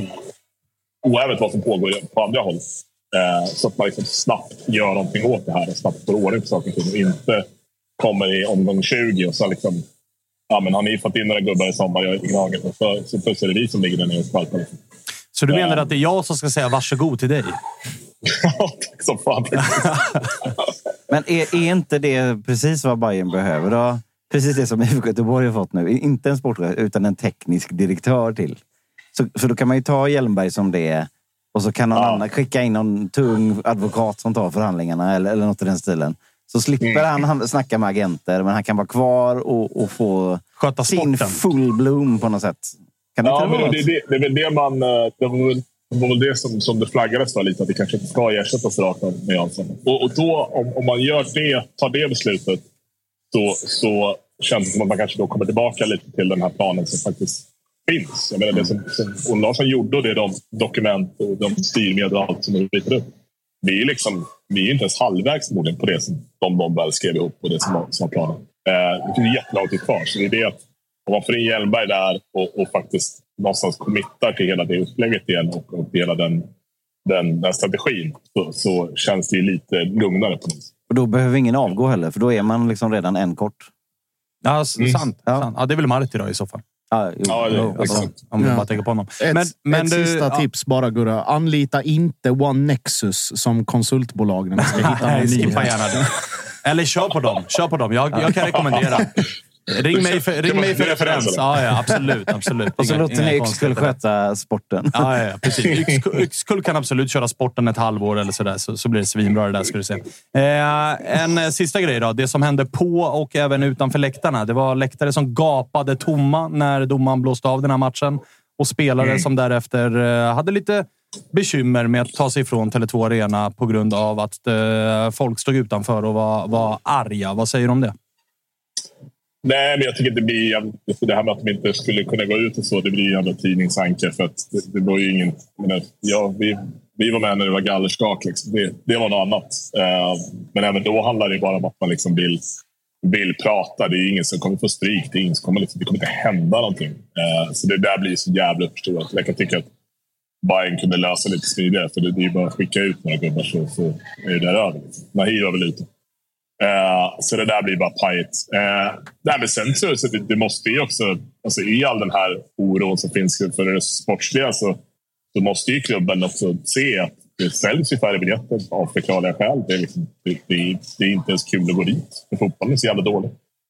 oävet vad som pågår på andra håll. Så att man liksom snabbt gör någonting åt det här och snabbt får ordning på saker och inte kommer i omgång 20 och så liksom men har ni fått in några gubbar i sommar, jag är i Gnaget, och så plötsligt är det vi som ligger där nere och skvalpar. Så du menar att det är jag som ska säga varsågod till dig? Ja, tack så fan. Men är inte det precis vad Bayern behöver då? Precis det som IFK Göteborg har fått nu. Inte en sportchef utan en teknisk direktör till. Så då kan man ju ta Hjelmberg som det är. Och så kan någon annan skicka in någon tung advokat som tar förhandlingarna eller något i den stilen. Så slipper han snacka med agenter, men han kan vara kvar och få sköta sin full bloom på något sätt. Kan det inte vara det är väl det man... Det var väl det som det flaggades för lite, att det kanske inte ska ersättas rakt med Jansson. Och då, om man gör det, tar det beslutet, så känns det som att man kanske då kommer tillbaka lite till den här planen som faktiskt finns. Jag menar, det som Olle Larsson gjorde, och det är de dokument och de styrmedel och allt som är ritat upp. Vi är inte ens halvvägs förmodligen på det som de väl skrev ihop och det som var planen. Det är jättelångt till kvar, så det är det att om man får in Hjelmberg där och faktiskt någonstans committar till hela det upplägget igen och hela den strategin, så känns det ju lite lugnare på något. Och då behöver ingen avgå heller, för då är man liksom redan en kort. Ja, sant. Ja, det är väl Marti då i så fall. Om vi bara tänker på honom. Ett sista tips bara, Gurra. Anlita inte One Nexus som konsultbolag när man ska hitta någon ny. Eller kör på dem. Jag kan rekommendera. Ring mig för referens. Ja, absolut. Och så låter ni Yxkull sköta sporten. Ja, precis. Yxkull kan absolut köra sporten ett halvår eller sådär. Så blir det svinbra det där, ska du se. En sista grej då. Det som hände på och även utanför läktarna. Det var läktare som gapade tomma när domaren blåste av den här matchen. Och spelare som därefter hade lite bekymmer med att ta sig ifrån Tele2 Arena på grund av att folk stod utanför och var arga. Vad säger du om det? Nej, men jag tycker att det blir... Det här med att de inte skulle kunna gå ut och så, det blir ju ändå tidningsanker. För att det var ju ingen... Vi var med när det var gallerskak. Liksom. Det var något annat. Men även då handlar det bara om att man liksom vill prata. Det är ingen som kommer få stryk. Det kommer inte hända någonting. Så det där blir så jävla uppförstorat. Jag kan tycka att Bayern kunde lösa lite smidigare. För det är bara att skicka ut några gubbar så är det där över. Nahir var väl ute. Så det där blir bara pajigt. Men sen så det måste ju också, alltså i all den här oron som finns för det sportsliga, så måste ju klubben också se att det säljs ju färre biljetter av förklarliga skäl. Det är inte ens kul att gå dit, för fotbollen är så jävla dålig.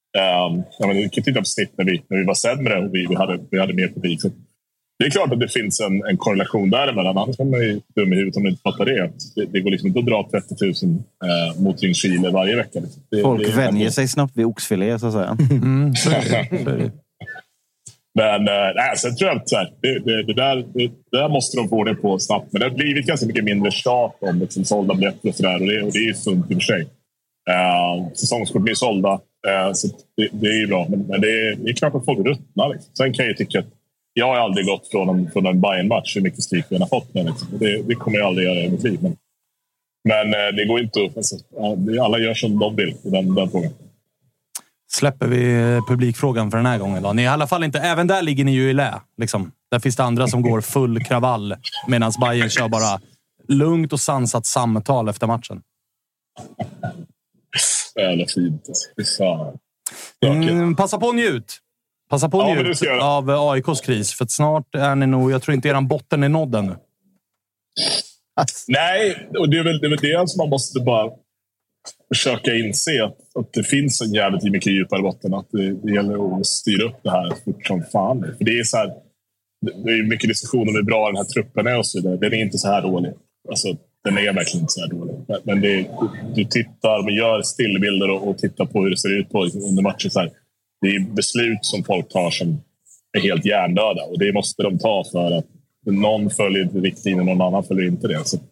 Vi kan titta på snitt när vi var sämre och vi hade mer publik. Så det är klart att det finns en korrelation däremellan. Annars kan man ju dum i huvudet om man inte fattar det. Det går liksom inte att dra 30 000 mot Ringskile varje vecka. Liksom. Folk vänjer sig snabbt vid oxfilé, så att säga. Så är det. Men sen tror jag att så här, det där måste de få det på snabbt. Men det har blivit ganska mycket mindre tjat om liksom sålda biljetter och sådär. Och det är ju sunt i och för sig. Säsongskort blir sålda. Så det är ju bra. Men det är klart att folk ruttnar. Liksom. Sen kan jag ju tycka att jag har aldrig gått från en Bayern-match hur mycket stryk vi har fått. Liksom. Det kommer jag aldrig göra i mitt liv. Men det går inte upp. Alltså, alla gör som de vill i den frågan. Släpper vi publikfrågan för den här gången då? Ni i alla fall inte, även där ligger ni ju i lä. Liksom. Där finns det andra som går full kravall medan Bayern kör bara lugnt och sansat samtal efter matchen. Jävla fint. Passa på njut. Passa på njut av AIKs kris. För att snart är ni nog... Jag tror inte eran botten är nådd ännu. Nej, och det är väl det som man måste bara försöka inse. Att det finns en jävligt mycket djupare botten. Att det gäller att styra upp det här fort som fan. För det är så här... det är mycket diskussion om hur bra den här truppen är och så vidare. Den är inte så här dålig. Alltså, den är verkligen inte så här dålig. Men du tittar, man gör stillbilder och tittar på hur det ser ut på under matchen. Så här. Det är beslut som folk tar som är helt hjärndöda. Och det måste de ta för att någon följer riktlinjer och någon annan följer inte det. Så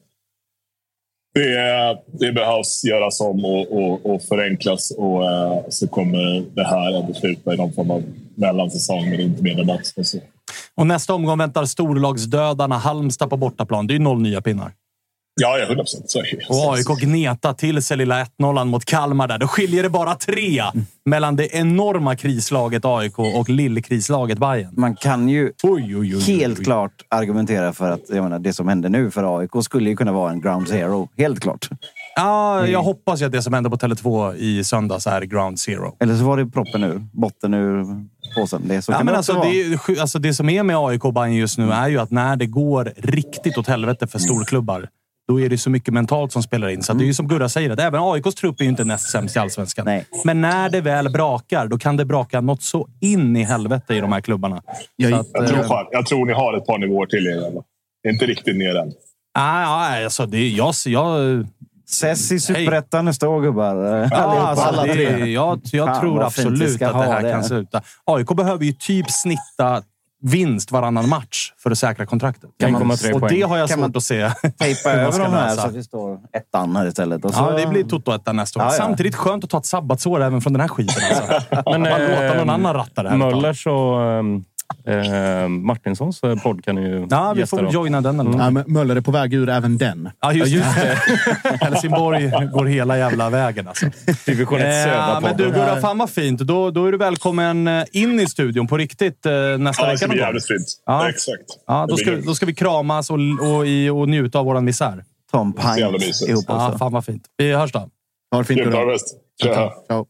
det behövs göras om och förenklas. Och så kommer det här att besluta i någon form av mellansäsong men inte mer debatt. Och nästa omgång väntar storlagsdödarna Halmstad på bortaplan. Det är 0 nya pinnar. Ja, 100%. Och AIK gneta till sig lilla 1-0 mot Kalmar där. Då skiljer det bara 3 mellan det enorma krislaget AIK och lillkrislaget Bayern. Man kan ju helt klart argumentera för att jag menar, det som händer nu för AIK skulle ju kunna vara en ground zero. Helt klart. Ja, jag hoppas ju att det som hände på Tele2 i söndags är ground zero. Eller så var det proppen ur, botten ur påsen. Det, så kan men det det som är med AIK och Bayern just nu är ju att när det går riktigt åt helvete för storklubbar, då är det så mycket mentalt som spelar in. Så det är ju som Gurra säger, att även AIKs trupp är ju inte näst sämst i Allsvenskan. Nej. Men när det väl brakar, då kan det braka något så in i helvete i de här klubbarna. Jag tror ni har ett par nivåer till er. Det är inte riktigt ner än. Nej, alltså det är jag Ses i Superettan nästa år, gubbar. Alla tre. Jag tror absolut att det här kan sluta. AIK behöver ju typ snitta vinst varannan match för att säkra kontraktet. Och det har jag svårt att se. Tejpa över de här så att det står ettan här istället. Och så... Ja, det blir Toto-ettan nästa år. Samtidigt skönt att ta ett sabbatsår även från den här skiten. Alltså. Men låta någon annan ratta det här. Möllers och Martinssons podd kan ju... Ja, vi får joina den. Ja, Möller är på väg ur även den. Ja, just det. Helsingborg går hela jävla vägen. Alltså. Men du, Gurra, fan vad fint. Då är du välkommen in i studion på riktigt nästa vecka. Det ska bli jävligt fint. Ja. Exakt. Ja, då ska vi kramas och njuta av våran misär. Tom Pine ihop också. Ja, fan vad fint. Vi hörs då. Ha det fint, Gurra. Ciao.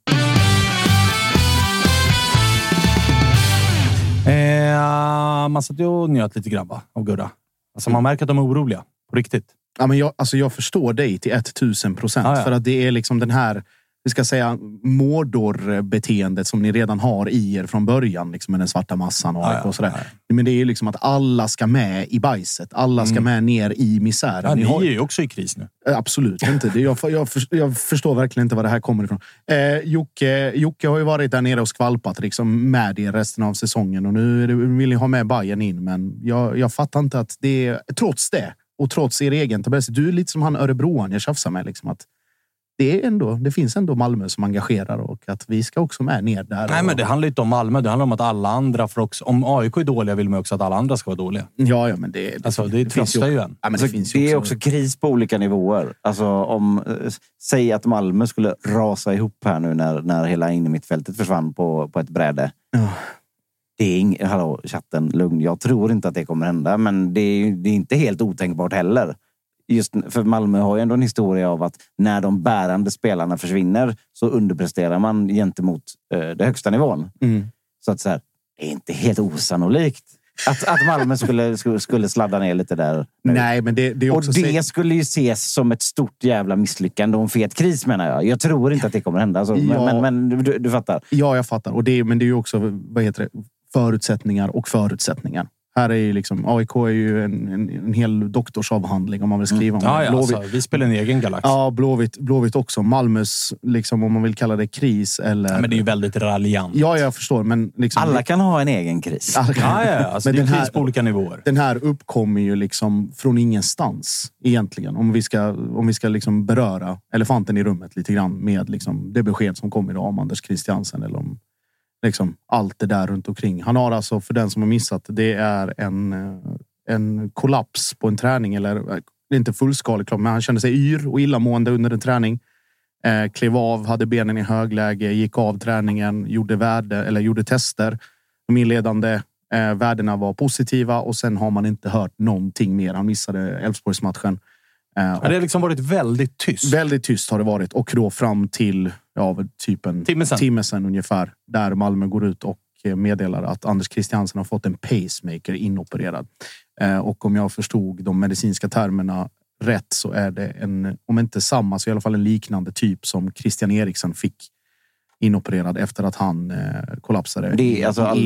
Man satt ju och njöt lite grann av Gurra. Alltså man märker att de är oroliga. På riktigt. Ja, men jag förstår dig till 1000%. För att det är liksom den här, vi ska säga, Mordor-beteendet som ni redan har i er från början. Liksom med den svarta massan och sådär. Men det är liksom att alla ska med i bajset. Alla ska med ner i misären. Ja, ni är ju också i kris nu. Absolut inte. Jag förstår verkligen inte var det här kommer ifrån. Jocke har ju varit där nere och skvalpat liksom med er resten av säsongen. Och nu vill ni ha med Bayern in. Men jag fattar inte att det är... Trots det, och trots er egen tabell. Du är lite som han Örebroan jag tjafsar med. Liksom, att det finns ändå Malmö som engagerar och att vi ska också med ner där. Nej, men det handlar inte om Malmö. Det handlar om att alla andra får också... Om AIK är dåliga vill man också att alla andra ska vara dåliga. Ja, men det tröstar ju en. Ja, men det är också kris på olika nivåer. Alltså säg att Malmö skulle rasa ihop här nu när hela innermittfältet försvann på ett bräde. Det är hallå, chatten, lugn. Jag tror inte att det kommer hända, men det är inte helt otänkbart heller. Just för Malmö har ju ändå en historia av att när de bärande spelarna försvinner så underpresterar man gentemot det högsta nivån. Så att så här, det är inte helt osannolikt att Malmö skulle sladda ner lite där. Nej, men det är också... Och det skulle ju ses som ett stort jävla misslyckande och en fet kris, menar jag. Jag tror inte att det kommer hända. Alltså, men du fattar. Ja, jag fattar. Men det är ju också, förutsättningar. Här är ju liksom, AIK är ju en hel doktorsavhandling om man vill skriva om det. Alltså, vi spelar en egen galax. Ja, Blåvitt också. Malmös, liksom, om man vill kalla det kris. Eller... Ja, men det är ju väldigt raljant. Ja, jag förstår. Men liksom, alla kan ha en egen kris. Alltså, men det är kris på olika nivåer. Den här uppkommer ju liksom från ingenstans egentligen. Om vi ska liksom beröra elefanten i rummet lite grann med liksom det besked som kom idag om Anders Christiansen eller om liksom allt det där runt omkring. Han har alltså, för den som har missat, det är en kollaps på en träning, eller det är inte fullskalig, men han kände sig yr och illamående under en träning. Klev av, hade benen i högläge, gick av träningen, gjorde tester. De inledande värdena var positiva och sen har man inte hört någonting mer. Han missade Elfsborgsmatchen. Det har liksom varit väldigt tyst. Väldigt tyst har det varit. Och då fram till typ en timme sedan ungefär. Där Malmö går ut och meddelar att Anders Christiansen har fått en pacemaker inopererad. Och om jag förstod de medicinska termerna rätt så är det om inte samma så i alla fall en liknande typ som Christian Eriksen fick inopererad efter att han kollapsade det är alltså i EM.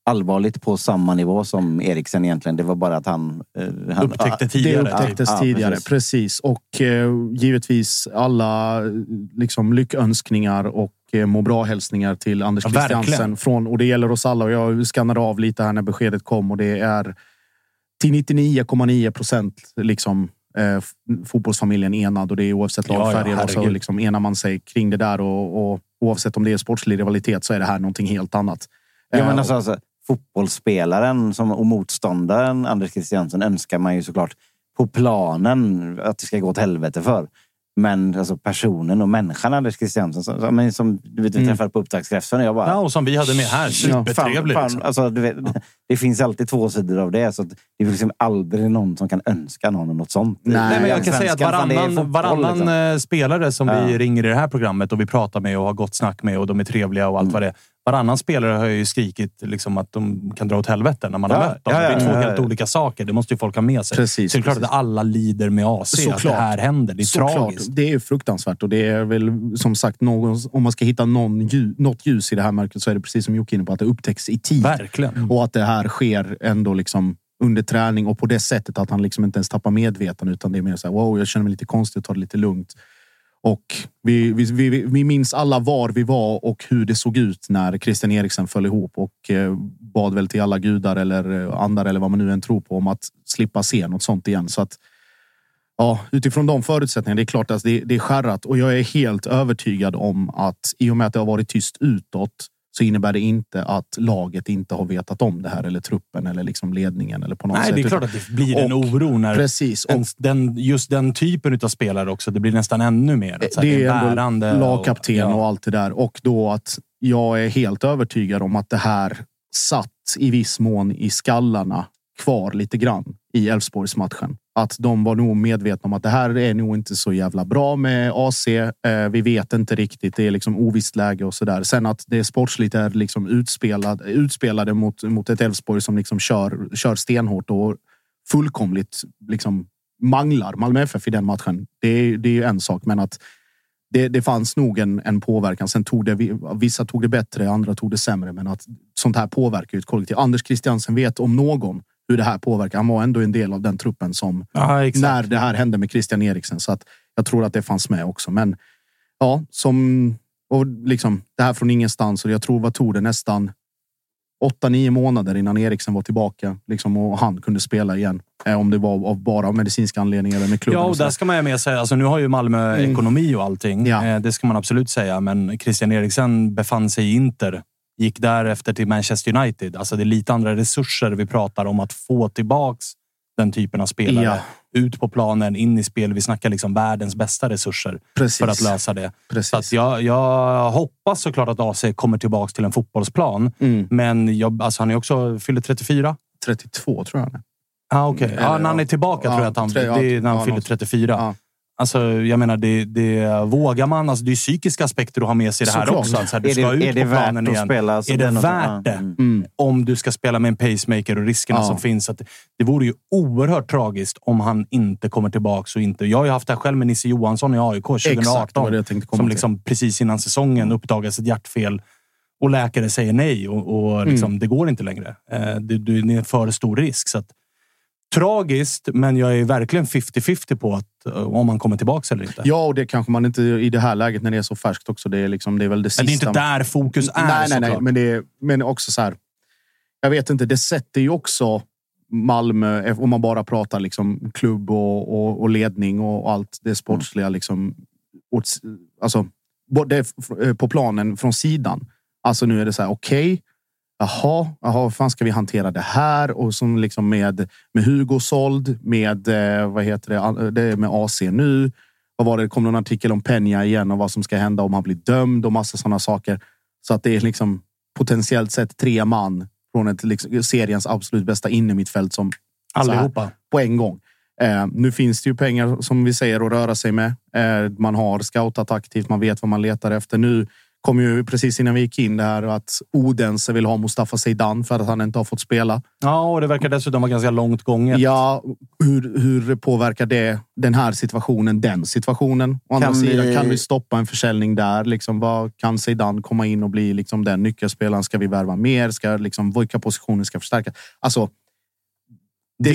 allvarligt på samma nivå som Eriksen egentligen. Det var bara att han upptäckte tidigare. Det upptäcktes tidigare, precis. Och givetvis alla liksom lyckönskningar och må bra hälsningar till Anders Christiansen. Och det gäller oss alla. Och jag skannade av lite här när beskedet kom. Och det är till 99,9% liksom fotbollsfamiljen enad. Och det är oavsett lagfärger. Och så liksom enar man sig kring det där. Och oavsett om det är sportslig rivalitet så är det här någonting helt annat. Ja, men alltså, fotbollsspelaren och motståndaren Anders Christiansen önskar man ju såklart på planen att det ska gå åt helvete för. Men alltså personen och människan Anders Christiansen som du vet, vi träffade på upptaktsträffen och jag bara... Ja, och som vi hade med här. Supertrevligt. Alltså, du vet, det finns alltid två sidor av det. Så det är liksom aldrig någon som kan önska någon något sånt. Nej, men jag kan säga att varannan spelare som vi ringer i det här programmet och vi pratar med och har gott snack med och de är trevliga och allt vad det är. Varannan spelare har ju skrikit liksom att de kan dra åt helvete när man har mött dem. Det är två helt olika saker. Det måste ju folk ha med sig. Precis, så det är klart att alla lider med AC. Att det här händer. Det är tragiskt. Det är fruktansvärt. Och det är väl som sagt om man ska hitta något ljus i det här mörkret så är det precis som Jocke inne på att det upptäcks i tid. Verkligen. Och att det här sker ändå liksom under träning och på det sättet att han liksom inte ens tappar medvetandet utan det är mer så här, wow, jag känner mig lite konstigt och tar det lite lugnt. Och vi minns alla var vi var och hur det såg ut när Christian Eriksen föll ihop och bad väl till alla gudar eller andar eller vad man nu än tror på om att slippa se något sånt igen. Så att ja, utifrån de förutsättningarna, det är klart att det är skärrat och jag är helt övertygad om att i och med att det har varit tyst utåt så innebär det inte att laget inte har vetat om det här eller truppen eller liksom ledningen eller på något sätt. Nej, det är klart att det blir en oro när just den typen av spelare också, det blir nästan ännu mer. Det är ändå lagkapten och allt det där. Och då att jag är helt övertygad om att det här satt i viss mån i skallarna kvar lite grann i Elfsborgsmatchen. Att de var nog medvetna om att det här är nog inte så jävla bra med AC. Vi vet inte riktigt. Det är liksom ovisst läge och sådär. Sen att det sportsligt är liksom utspelade mot ett Elfsborg som liksom kör stenhårt och fullkomligt liksom manglar Malmö FF i den matchen. Det är ju en sak, men att det fanns nog en påverkan. Sen vissa tog det bättre, andra tog det sämre, men att sånt här påverkar ju ett kollektiv. Anders Christiansen vet om någon hur det här påverkar. Han var ändå en del av den truppen som när det här hände med Christian Eriksen. Så att jag tror att det fanns med också. Men ja, och liksom det här från ingenstans. Och jag tror vad tog det nästan 8-9 månader innan Eriksen var tillbaka. Liksom, och han kunde spela igen. Om det var bara av medicinska anledningar eller med klubben. Ja, och där ska man ju med säga. Alltså, nu har ju Malmö ekonomi och allting. Ja. Det ska man absolut säga. Men Christian Eriksen befann sig i Inter. Gick därefter till Manchester United. Alltså det är lite andra resurser vi pratar om att få tillbaks den typen av spelare. Ut på planen, in i spel. Vi snackar liksom världens bästa resurser för att lösa det. Precis. Så att jag hoppas såklart att AC kommer tillbaks till en fotbollsplan. Men han är också fyller 34. 32 tror jag. Okej. Ja, när han är tillbaka tror jag att det är när han fyller 34. Ja. Alltså, jag menar, det vågar man. Alltså, det är psykiska aspekter att ha med sig det här också. Alltså, du ska ut på planen igen. Är det värt det? Om du ska spela med en pacemaker och riskerna som finns. Att det vore ju oerhört tragiskt om han inte kommer tillbaka och inte. Jag har ju haft det här själv med Nisse Johansson i AIK 2018. Exakt, som liksom precis innan säsongen uppdagades ett hjärtfel. Och läkare säger nej. Och liksom, det går inte längre. Det är för stor risk. Så att tragiskt, men jag är verkligen 50-50 på att om man kommer tillbaka eller inte. Ja, och det kanske man inte i det här läget när det är så färskt också. Det är liksom, det är väl det sista. Men det är inte där fokus är. Nej, men också så här. Jag vet inte, det sätter ju också Malmö, om man bara pratar liksom klubb och ledning och allt det sportsliga liksom, alltså både på planen från sidan. Alltså nu är det så här, okej. Jaha, hur fan ska vi hantera det här? Och som liksom med Hugo såld, med vad heter det med AC nu. Vad var det? Kom någon artikel om Peña igen och vad som ska hända om han blir dömd och massa sådana saker. Så att det är liksom potentiellt sett 3 man från ett liksom, seriens absolut bästa innermittfält som allihopa på en gång. Nu finns det ju pengar som vi säger att röra sig med. Man har scoutat aktivt, man vet vad man letar efter. Nu kom ju precis innan vi gick in där att Odense vill ha Mustafa Zeidan för att han inte har fått spela. Ja, och det verkar dessutom vara ganska långt gånget. Ja, hur påverkar det den här situationen, den situationen? Å andra sidan, kan vi stoppa en försäljning där? Liksom, vad kan Zeidan komma in och bli liksom den nyckelspelaren? Ska vi värva mer? Ska liksom, vilka positioner ska förstärkas? Alltså, det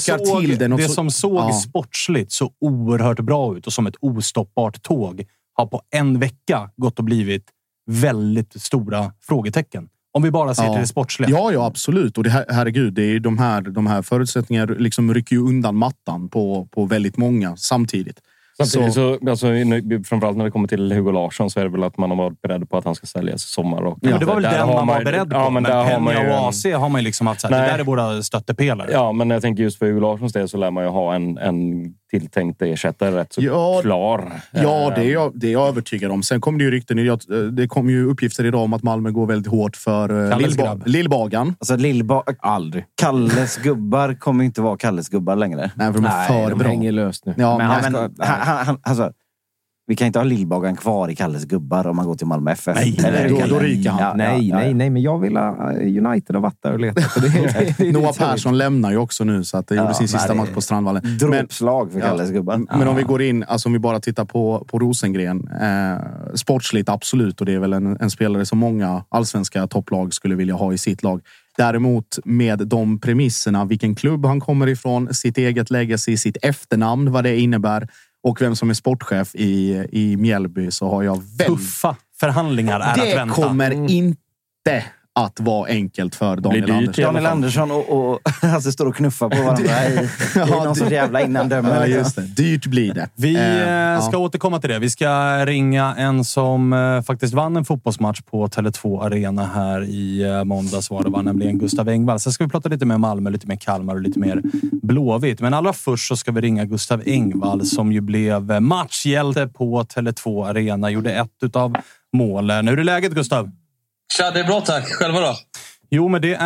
som såg sportsligt så oerhört bra ut och som ett ostoppbart tåg har på en vecka gått och blivit väldigt stora frågetecken. Om vi bara ser till det sportsliga. Ja, absolut. Och det herregud, det är de här förutsättningarna liksom rycker ju undan mattan på väldigt många samtidigt. Samtidigt så alltså, framförallt när det kommer till Hugo Larsson så är det väl att man har varit beredd på att han ska säljas i sommar. Och men det var väl den man var beredd på. Ja, men Penja och AC har man ju liksom haft så här, det där är våra stöttepelare. Ja, men jag tänker just för Hugo Larssons del så lär man ju ha en tilltänkt ersättare rätt så klar. Ja, det är jag övertygad om. Sen kom det ju rykten, det kom ju uppgifter idag om att Malmö går väldigt hårt för Lillbagan. Alltså aldrig. Kalles gubbar kommer inte vara Kalles gubbar längre. Nej, för de är för bra. Hänger löst nu. Ja, men alltså, vi kan inte ha Lillbagan kvar i Kalles gubbar om man går till Malmö FF. Nej, då ryker han. Nej, men jag vill ha United och varit där och leta. Noah Persson lämnar ju också nu så att det gjorde sin sista match på Strandvallen. Dråpslag för Kalles gubbar. Men om vi går in, alltså om vi bara tittar på Rosengren. Sportsligt absolut, och det är väl en spelare som många allsvenska topplag skulle vilja ha i sitt lag. Däremot med de premisserna, vilken klubb han kommer ifrån, sitt eget legacy, sitt efternamn, vad det innebär och vem som är sportchef i Mjällby, så har jag tuffa förhandlingar är att vänta. Det kommer inte att vara enkelt för Daniel Andersson. Daniel Andersson och alltså står och knuffar på varandra i någon sorts jävla innandöme. Ja, just det. Dyrt blir det. Vi ska återkomma till det. Vi ska ringa en som faktiskt vann en fotbollsmatch på Tele2 Arena här i måndags var det, var nämligen Gustav Engvall. Sen ska vi prata lite mer Malmö, lite mer Kalmar och lite mer Blåvitt. Men allra först så ska vi ringa Gustav Engvall som ju blev matchhjälte på Tele2 Arena. Gjorde ett utav målen. Hur är läget, Gustav? Tja, det är bra tack. Själva då? Jo, men det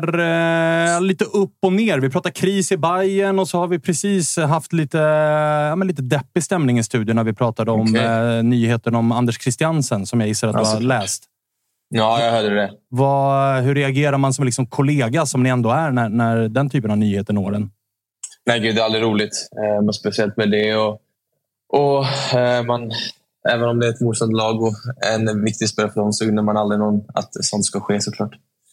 är lite upp och ner. Vi pratar kris i Bayern och så har vi precis haft lite deppig stämning i studion när vi pratade om nyheten om Anders Christiansen som jag gissar att du har läst. Ja, jag hörde det. Hur reagerar man som liksom kollega som ni ändå är när den typen av nyheter når en? Nej, gud, det är aldrig roligt. Men speciellt med det och man... Även om det är ett motståndarlag och en viktig spelare för dem så undrar man aldrig att sånt ska ske såklart.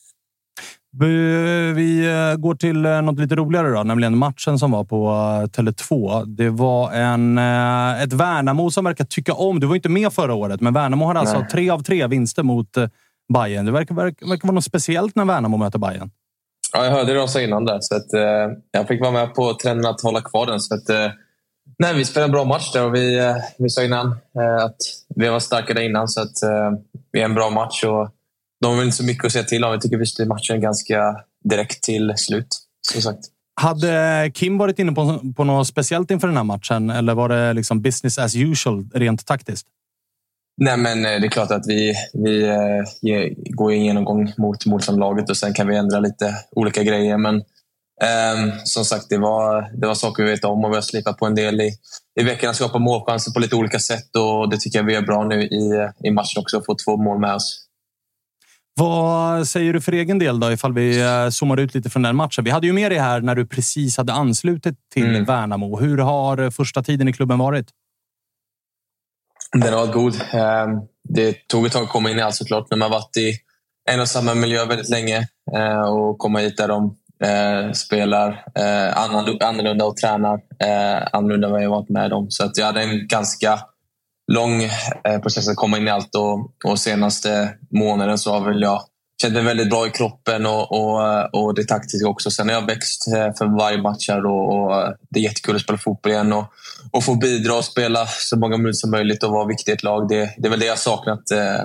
Vi går till något lite roligare då, nämligen matchen som var på Tele2. Det var ett Värnamo som verkar tycka om. Du var inte med förra året, men Värnamo har alltså 3 av 3 vinster mot Bayern. Det verkar vara något speciellt när Värnamo möter Bayern. Ja, jag hörde det också innan där. Så att, jag fick vara med på trenden att hålla kvar den. Så att, nej, vi spelade en bra match där och vi sa innan att vi var starka där innan, så att vi är en bra match och de har väl inte så mycket att säga till om. Jag tycker vi styrde matchen ganska direkt till slut, som sagt. Hade Kim varit inne på något speciellt inför den här matchen eller var det liksom business as usual rent taktiskt? Nej, men det är klart att vi går en genomgång mot motståndarlaget och sen kan vi ändra lite olika grejer, men som sagt, det var saker vi vet om och vi har slipat på en del i veckan att skapa målchanser på lite olika sätt och det tycker jag vi är bra nu i matchen också att få 2 mål med oss. Vad säger du för egen del då ifall vi zoomar ut lite från den matchen? Vi hade ju med dig här när du precis hade anslutit till Värnamo. Hur har första tiden i klubben varit? Den har varit god. Det tog ett tag att komma in i allt såklart när man varit i en och samma miljö väldigt länge och komma hit där de spelar annorlunda och tränar annorlunda vad jag varit med dem. Så att jag hade en ganska lång process att komma in i allt och senaste månaden så har väl jag känt mig väldigt bra i kroppen och det taktiska också. Sen har jag växt för varje match här och det är jättekul att spela fotboll igen och få bidra och spela så många minuter som möjligt och vara viktig i ett lag. Det är väl det jag saknat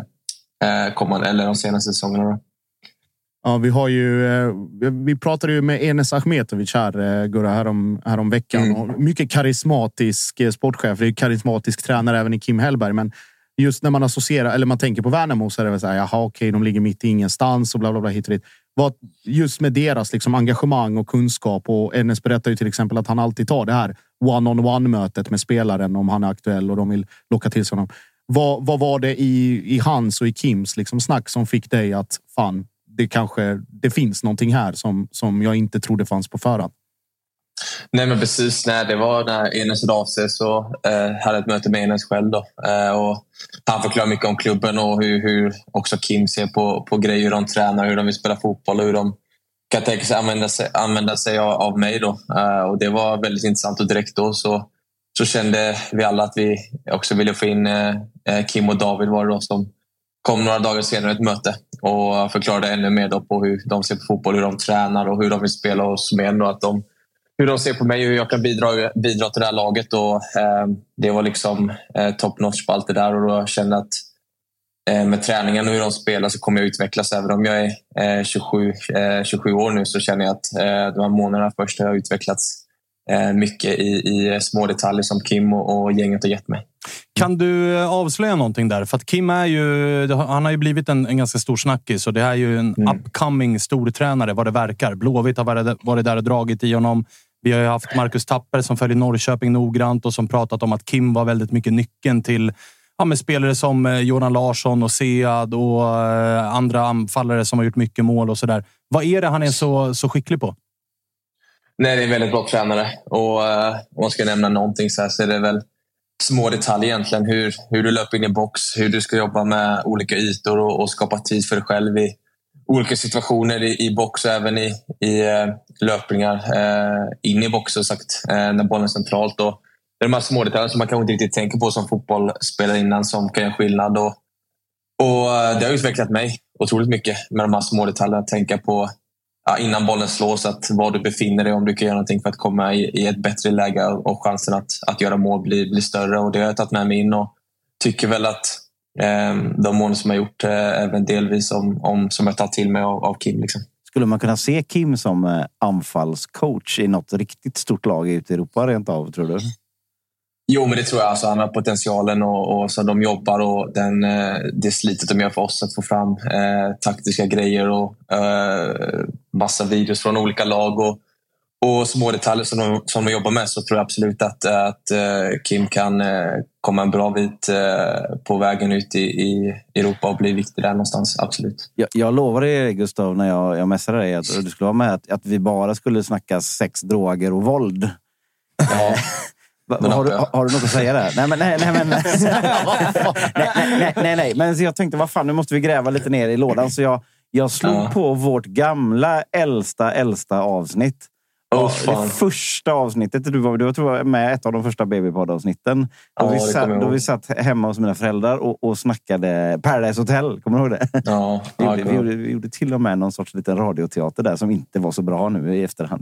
de senaste säsongerna då. Ja, vi pratade ju med Enes Ahmetovic här, Gurra, här om veckan. Och mycket karismatisk sportchef, det är karismatisk tränare även i Kim Hellberg. Men just när man associerar, eller man tänker på Värnamo så är det väl så här, jaha okej, de ligger mitt i ingenstans och bla bla bla hit och dit. Just med deras liksom engagemang och kunskap, och Enes berättar ju till exempel att han alltid tar det här one-on-one-mötet med spelaren om han är aktuell och de vill locka till sig honom. Vad var det i hans och i Kims liksom snack som fick dig att fan, det finns någonting här som jag inte trodde fanns på förhand? Nej, men precis. Det var när Enes av sig så hade ett möte med Enes själv då. Och han förklarar mycket om klubben och hur också Kim ser på grejer, hur de tränar, hur de vill spela fotboll och hur de kan tänka sig använda sig av mig då. Och det var väldigt intressant och direkt då så kände vi alla att vi också ville få in Kim och David var det då som kom några dagar senare ett möte och förklarade ännu mer då på hur de ser på fotboll, hur de tränar och hur de vill spela oss med och hur de ser på mig och hur jag kan bidra till det här laget. Och det var liksom top notch på allt det där och då kände jag att med träningen och hur de spelar så kommer jag utvecklas. Även om jag är 27 år nu så känner jag att de här månaderna först har jag utvecklats mycket i små detaljer som Kim och gänget har gett mig. Kan du avslöja någonting där? För att Kim han har ju blivit en ganska stor snackis och det är ju en upcoming stortränare vad det verkar. Blåvitt har varit där och dragit i honom. Vi har ju haft Marcus Tapper som följer Norrköping noggrant och som pratat om att Kim var väldigt mycket nyckeln till med spelare som Johan Larsson och Sead och andra anfallare som har gjort mycket mål och sådär. Vad är det han är så skicklig på? Nej, det är en väldigt bra tränare och om man ska nämna någonting så är det väl små detaljer egentligen. Hur du löper in i box, hur du ska jobba med olika ytor och skapa tid för dig själv i olika situationer i box och även i löpningar in i box och sagt när bollen är centralt. Och det är de här små detaljer som man kanske inte riktigt tänker på som fotbollsspelare innan som kan göra skillnad. Och det har utvecklat mig otroligt mycket med de här små detaljerna. Att tänka på innan bollen slås, att var du befinner dig, om du kan göra någonting för att komma i ett bättre läge och chansen att göra mål blir större. Och det har jag tagit med mig in och tycker väl att de mål som jag gjort även delvis som jag tar till mig av Kim. Liksom. Skulle man kunna se Kim som anfallscoach i något riktigt stort lag ute i Europa rent av, tror du? Jo, men det tror jag. Alltså, han har potentialen och så de jobbar och det slitet de gör för oss att få fram taktiska grejer och massa videos från olika lag och små detaljer som de jobbar med, så tror jag absolut att Kim kan komma en bra bit på vägen ut i Europa och bli viktig där någonstans, absolut. Jag lovade dig, Gustav, när jag messade dig att du skulle vara med att vi bara skulle snacka sex, droger och våld. Ja. Har du något att säga där? Nej. Men jag tänkte, vad fan, nu måste vi gräva lite ner i lådan. Så jag slog på vårt gamla äldsta avsnitt. Det första avsnittet, du var med ett av de första BB-podd-avsnitten. Då vi satt hemma hos mina föräldrar och snackade Paradise Hotel. Kommer du ihåg det? Ja. Vi gjorde till och med någon sorts liten radioteater där som inte var så bra nu i efterhand.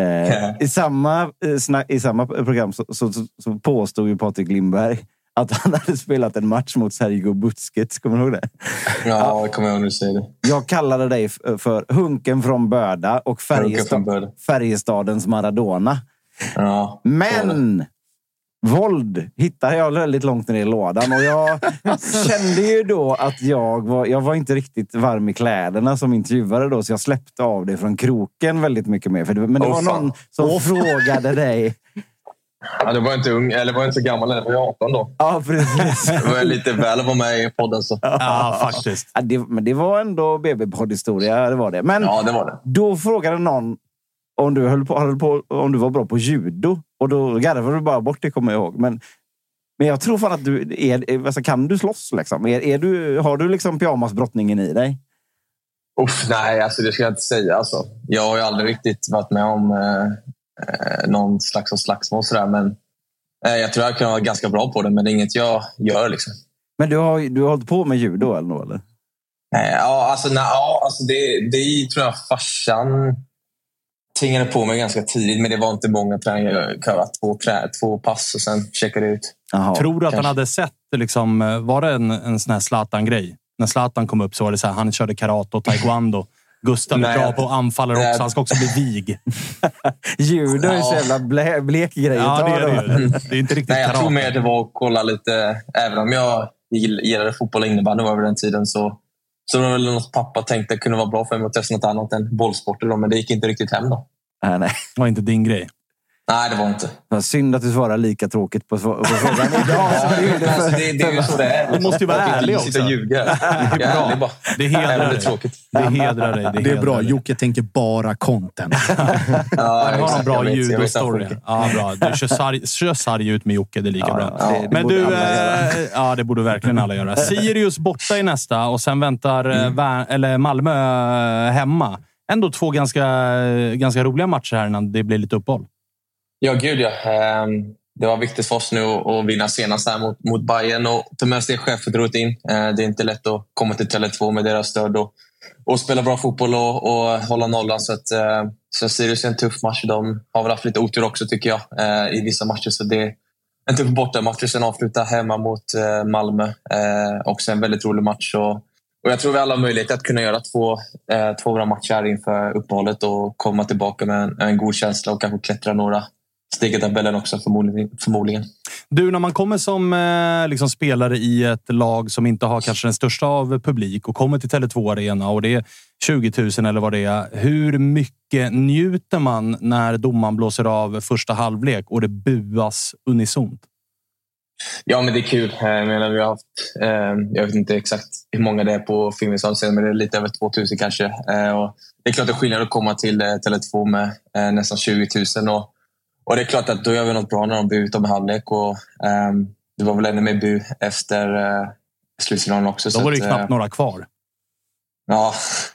I samma program så påstod ju Patrik Lindberg att han hade spelat en match mot Sergio Busquets. Kommer du ihåg det? Ja, jag kommer ihåg när du säger det. Jag kallade dig för Hunken från Börda och Färjestadens Maradona. Ja, men våld hittade jag väldigt långt ner i lådan. Och jag kände ju då att jag var inte riktigt varm i kläderna som intervjuare då. Så jag släppte av det från kroken väldigt mycket mer. Men det var någon som frågade dig... Ja, du var inte ung, eller var inte så gammal, eller var jag 18 då. Ja, precis. Det var lite väl att vara med i podden. Så. Ja, faktiskt. Ja, men det var ändå BB-poddhistoria, det var det. Men ja, det var det. Då frågade någon om du om du var bra på judo. Och då garvade du bara bort, det kommer jag ihåg. Men jag tror fan att du kan du slåss liksom? Har du liksom pyjamasbrottningen i dig? Nej, alltså det ska jag inte säga. Alltså. Jag har ju aldrig riktigt varit med om... någon slags slagsmål sådär, men jag tror jag kan vara ganska bra på det, men det är inget jag gör liksom. Men du har hållit på med judo eller? Alltså det tror jag farsan tvingade på mig ganska tidigt, men det var inte många träningar. Jag kan ha 2 pass och sen checkade ut. Aha, tror du att han hade sett liksom, var det en sån här Zlatan-grej? När Zlatan kom upp så var det så här, han körde karate och taekwondo. Gustav är bra på anfallare också. Han ska också bli vig. Judo är så jävla blek grej. Ja, det är det. Det är inte riktigt karate. Jag tror mer det var att kolla lite. Även om jag gillade fotboll och innebandy över den tiden så var det väl något pappa tänkte kunde vara bra för mig att testa något annat än bollsporter. Men det gick inte riktigt hem då. Nej. Det var inte din grej. Nej, det var inte. Det synd att du svarar lika tråkigt på frågan idag. Det är ju så det är. Du måste ju vara ärlig också. Sitta och ljuga. Det hedrar dig. Tråkigt. Det hedrar dig. Det är bra. Jocke tänker bara content. Han har en bra ljud och story. Ja, bra. Du kör sarg ut med Jocke. Det är lika bra. Men du... Ja, det borde verkligen alla göra. Sirius borta i nästa och sen väntar Malmö hemma. Ändå 2 ganska roliga matcher här innan det blir lite uppehåll. Ja, gud ja. Det var viktigt för oss nu att vinna senast här mot Bayern och ta med oss det självförtroendet in. Det är inte lätt att komma till Tele2 med deras stöd och spela bra fotboll och hålla nollan. Så Sirius är en tuff match. De har väl haft lite otur också tycker jag i vissa matcher. Så det är en tuff bortamatch. Sen avsluta hemma mot Malmö. Också en väldigt rolig match. Och jag tror vi alla har möjlighet att kunna göra två bra matcher inför uppehållet och komma tillbaka med en god känsla och kanske klättra några steg i tabellen också förmodligen. Du, när man kommer som spelare i ett lag som inte har kanske den största av publik och kommer till Tele2 Arena och det är 20 000 eller vad det är. Hur mycket njuter man när domaren blåser av första halvlek och det buas unisont? Ja, men det är kul. Jag menar, vi har haft, jag vet inte exakt hur många det är på Finnvedsson, men det är lite över 2000 kanske. Och det är klart att det är skillnad att komma till Tele2 med nästan 20 000. Och det är klart att då gör vi något bra när de buar ut om halvlek. Och det var väl ännu mer bu efter slutsignalen också. Då var det ju knappt några kvar. Ja,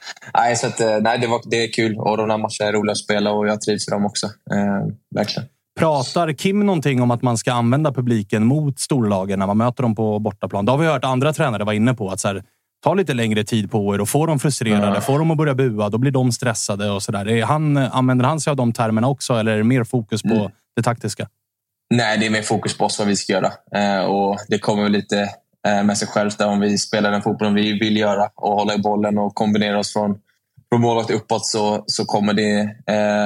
det är kul. Och de här matcherna är roliga att spela och jag trivs i dem också. Verkligen. Pratar Kim någonting om att man ska använda publiken mot storlagen när man möter dem på bortaplan? Det har vi hört andra tränare vara inne på. Att ta lite längre tid på er och få dem frustrerade. Får dem att börja bua, då blir de stressade och sådär. Använder han sig av de termerna också? Eller är det mer fokus på det taktiska? Nej, det är mer fokus på oss vad vi ska göra. Och det kommer lite med sig självt där om vi spelar den fotbollen vi vill göra och hålla i bollen och kombinera oss från målvakt uppåt så kommer det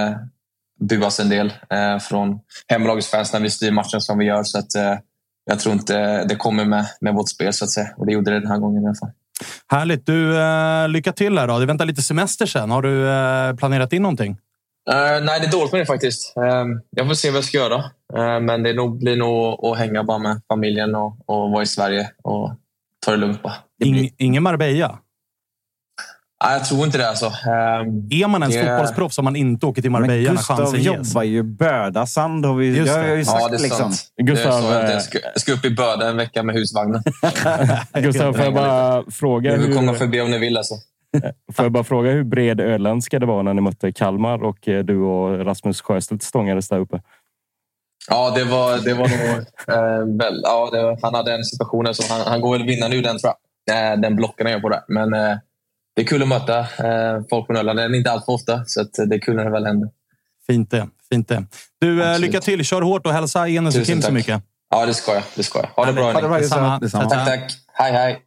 buas en del från hemlagets fans när vi styr matchen som vi gör. Så att jag tror inte det kommer med vårt spel så att säga. Och det gjorde det den här gången i alla fall. Härligt. Du, lycka till här då. Det väntar lite semester sen. Har du planerat in någonting? Nej, det är dåligt med det faktiskt. Jag får se vad jag ska göra. Men det blir nog att hänga bara med familjen och vara i Sverige och ta det lugnt bara. Ingen Marbella? Nej, jag tror inte det alltså. Är man ens fotbollsproffs om man inte åker till Marbella när chansen ges? Gustav jobbar ju Bördasand. Har vi ju sagt, ja, det är liksom. sant. Gustav, jag ska upp i Böda en vecka med husvagnen. Gustav, får jag bara fråga... Du kommer förbi om ni vill alltså. Får jag bara fråga hur bred öländska det var när ni mötte Kalmar och du och Rasmus Sjöstedt stångades där uppe? Ja, det var nog... han hade en situation så han går väl vinna nu den tror jag. Den blocken jag på det. Men det är kul att möta folk på Öland. Det är inte allt för ofta så att det är kul när det väl händer. Fint det. Du, lycka till. Kör hårt och hälsa Enes och Kim så mycket. Ja, det ska jag. Ha det bra. Detsamma. Tack. Hej.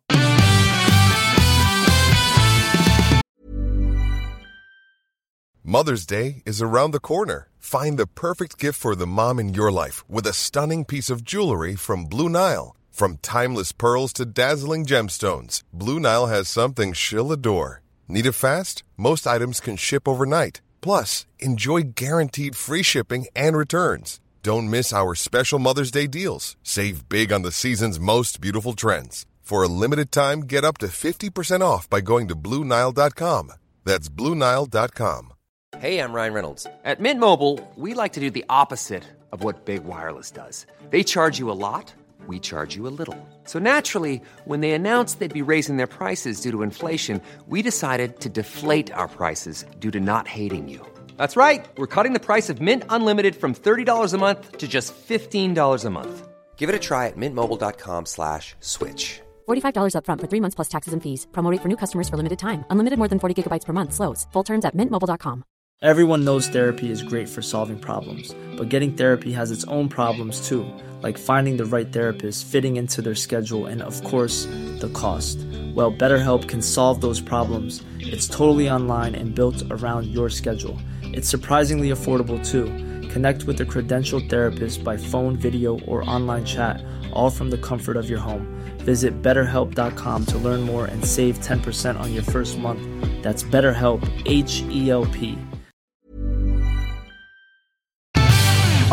Mother's Day is around the corner. Find the perfect gift for the mom in your life with a stunning piece of jewelry from Blue Nile. From timeless pearls to dazzling gemstones, Blue Nile has something she'll adore. Need it fast? Most items can ship overnight. Plus, enjoy guaranteed free shipping and returns. Don't miss our special Mother's Day deals. Save big on the season's most beautiful trends. For a limited time, get up to 50% off by going to BlueNile.com. That's BlueNile.com. Hey, I'm Ryan Reynolds. At Mint Mobile, we like to do the opposite of what Big Wireless does. They charge you a lot, we charge you a little. So naturally, when they announced they'd be raising their prices due to inflation, we decided to deflate our prices due to not hating you. That's right. We're cutting the price of Mint Unlimited from $30 a month to just $15 a month. Give it a try at mintmobile.com/switch. $45 up front for 3 months plus taxes and fees. Promo rate for new customers for limited time. Unlimited more than 40 gigabytes per month. Slows full terms at mintmobile.com. Everyone knows therapy is great for solving problems, but getting therapy has its own problems too, like finding the right therapist, fitting into their schedule, and of course, the cost. Well, BetterHelp can solve those problems. It's totally online and built around your schedule. It's surprisingly affordable too. Connect with a credentialed therapist by phone, video, or online chat, all from the comfort of your home. Visit BetterHelp.com to learn more and save 10% on your first month. That's BetterHelp, H-E-L-P.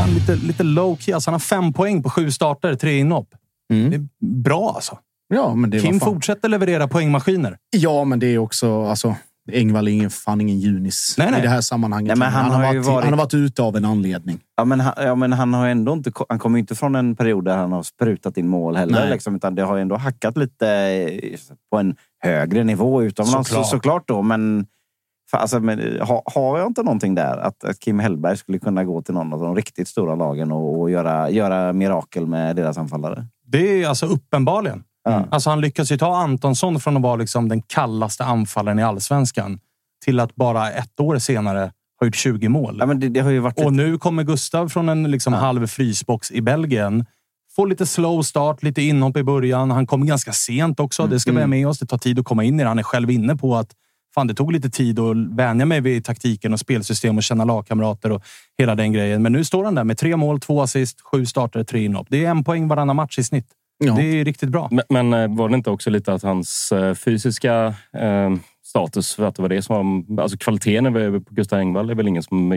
fan lite low key. Alltså, han har 5 poäng på 7 starter, 3 inhopp. Det är bra alltså. Ja, men det Kim fortsätter leverera poängmaskiner. Ja, men det är också... Alltså, Engvall är ingen junis i det här sammanhanget. Nej, men han har varit ute av en anledning. Ja, men han har ändå inte... Han kommer inte från en period där han har sprutat in mål heller. Liksom, utan det har ändå hackat lite på en högre nivå utomlands. Såklart då, men... Alltså, har jag inte någonting där att Kim Hellberg skulle kunna gå till någon av de riktigt stora lagen och göra mirakel med deras anfallare? Det är alltså uppenbarligen. Alltså han lyckas ju ta Antonsson från att vara liksom den kallaste anfallaren i allsvenskan till att bara 1 år senare ha gjort 20 mål. Ja, men det har ju varit och nu kommer Gustav från en liksom halv frysbox i Belgien. Får lite slow start, lite inhopp i början. Han kommer ganska sent också. Det ska vi ha med oss. Det tar tid att komma in i det. Han är själv inne på att det tog lite tid att vänja mig vid taktiken och spelsystem och känna lagkamrater och hela den grejen. Men nu står han där med 3 mål, 2 assist, 7 starter, 3 inhopp. Det är 1 poäng varannan match i snitt. Ja. Det är riktigt bra. Men var det inte också lite att hans fysiska status, för att det var det som var... Alltså kvaliteten på Gustav Engvall är väl ingen som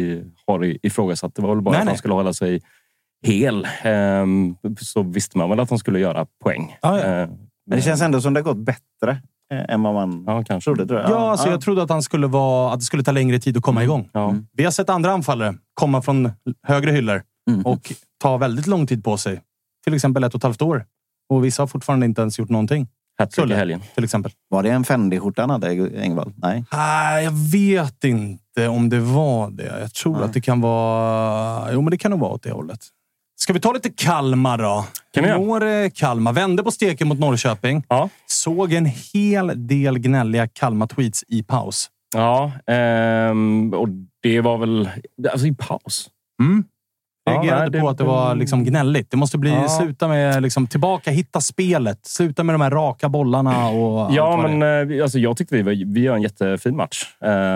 har ifrågasatt. Det var väl bara att han skulle hålla sig hel. Så visste man väl att han skulle göra poäng. Men det känns ändå som det har gått bättre än vad man trodde, tror jag. Ja, alltså jag trodde att att det skulle ta längre tid att komma igång. Vi har sett andra anfallare komma från högre hyllor och ta väldigt lång tid på sig. Till exempel 1,5 år. Och vissa har fortfarande inte ens gjort någonting. Hattrick i helgen. Till exempel. Var det en Fendi-skjorta han hade, Engvall? Nej. Jag vet inte om det var det. Jag tror att det kan vara... Jo, men det kan nog vara åt det hållet. Ska vi ta lite Kalmar då? Kalmar vände på steken mot Norrköping. Ja. Såg en hel del gnälliga Kalmar-tweets i paus. Ja, och det var väl... Alltså i paus? Jag reagerade på att det var liksom gnälligt. Det måste bli sluta med liksom, tillbaka, hitta spelet. Sluta med de här raka bollarna. Och alltså, jag tyckte vi gör en jättefin match.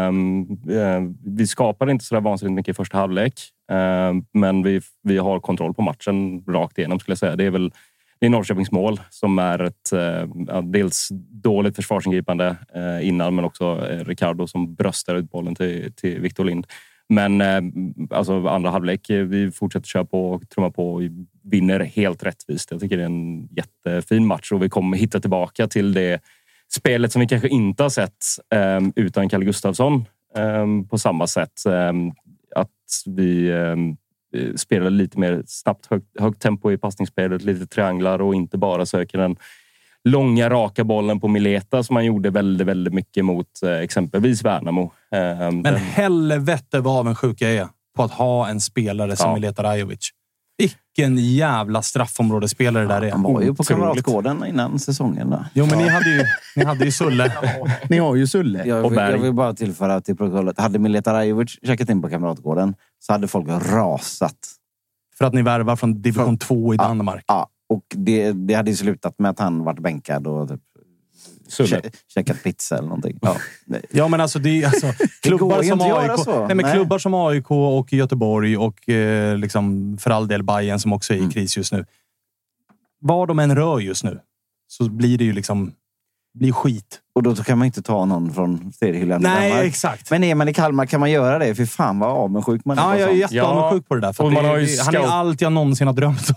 Vi skapar inte så där vansinnigt mycket i första halvlek. Men vi har kontroll på matchen rakt igenom, skulle jag säga. Det är Norrköpings mål som är ett dels dåligt försvarsingripande innan, men också Ricardo som bröstar ut bollen till Victor Lind. Men alltså andra halvlek, vi fortsätter köra på och trumma på och vi vinner helt rättvist. Jag tycker det är en jättefin match och vi kommer hitta tillbaka till det spelet som vi kanske inte har sett utan Kalle Gustafsson på samma sätt. Att vi spelar lite mer snabbt, högt tempo i passningsspelet, lite trianglar och inte bara söker den långa raka bollen på Mileta som man gjorde väldigt, väldigt mycket mot exempelvis Värnamo. Men helvete vad avundsjuk jag är på att ha en spelare som Mileta Rajovic. Vilken jävla straffområdespelare där är. Han var ju på Kamratgården innan säsongen då. Jo, men ni hade ju Sulle. Ni har ju Sulle. Jag vill bara tillföra till protokollet. Hade Mileta Rajovic checkat in på Kamratgården så hade folk rasat. För att ni värvar från division 2 i Danmark. Ja. Och det hade ju slutat med att han varit bänkad och typ käkat pizza eller någonting. Ja, men alltså det är alltså klubbar som AIK, klubbar som AIK och Göteborg och liksom för all del Bayern som också är i kris just nu. Var de än rör just nu så blir det ju liksom skit. Och då kan man inte ta någon från seriehyllan. Nej, exakt. Men är man i Kalmar kan man göra det. För fan vad avundsjuk man är. Ja, jag är jätteavundsjuk på det där. För och han är allt jag någonsin har drömt om.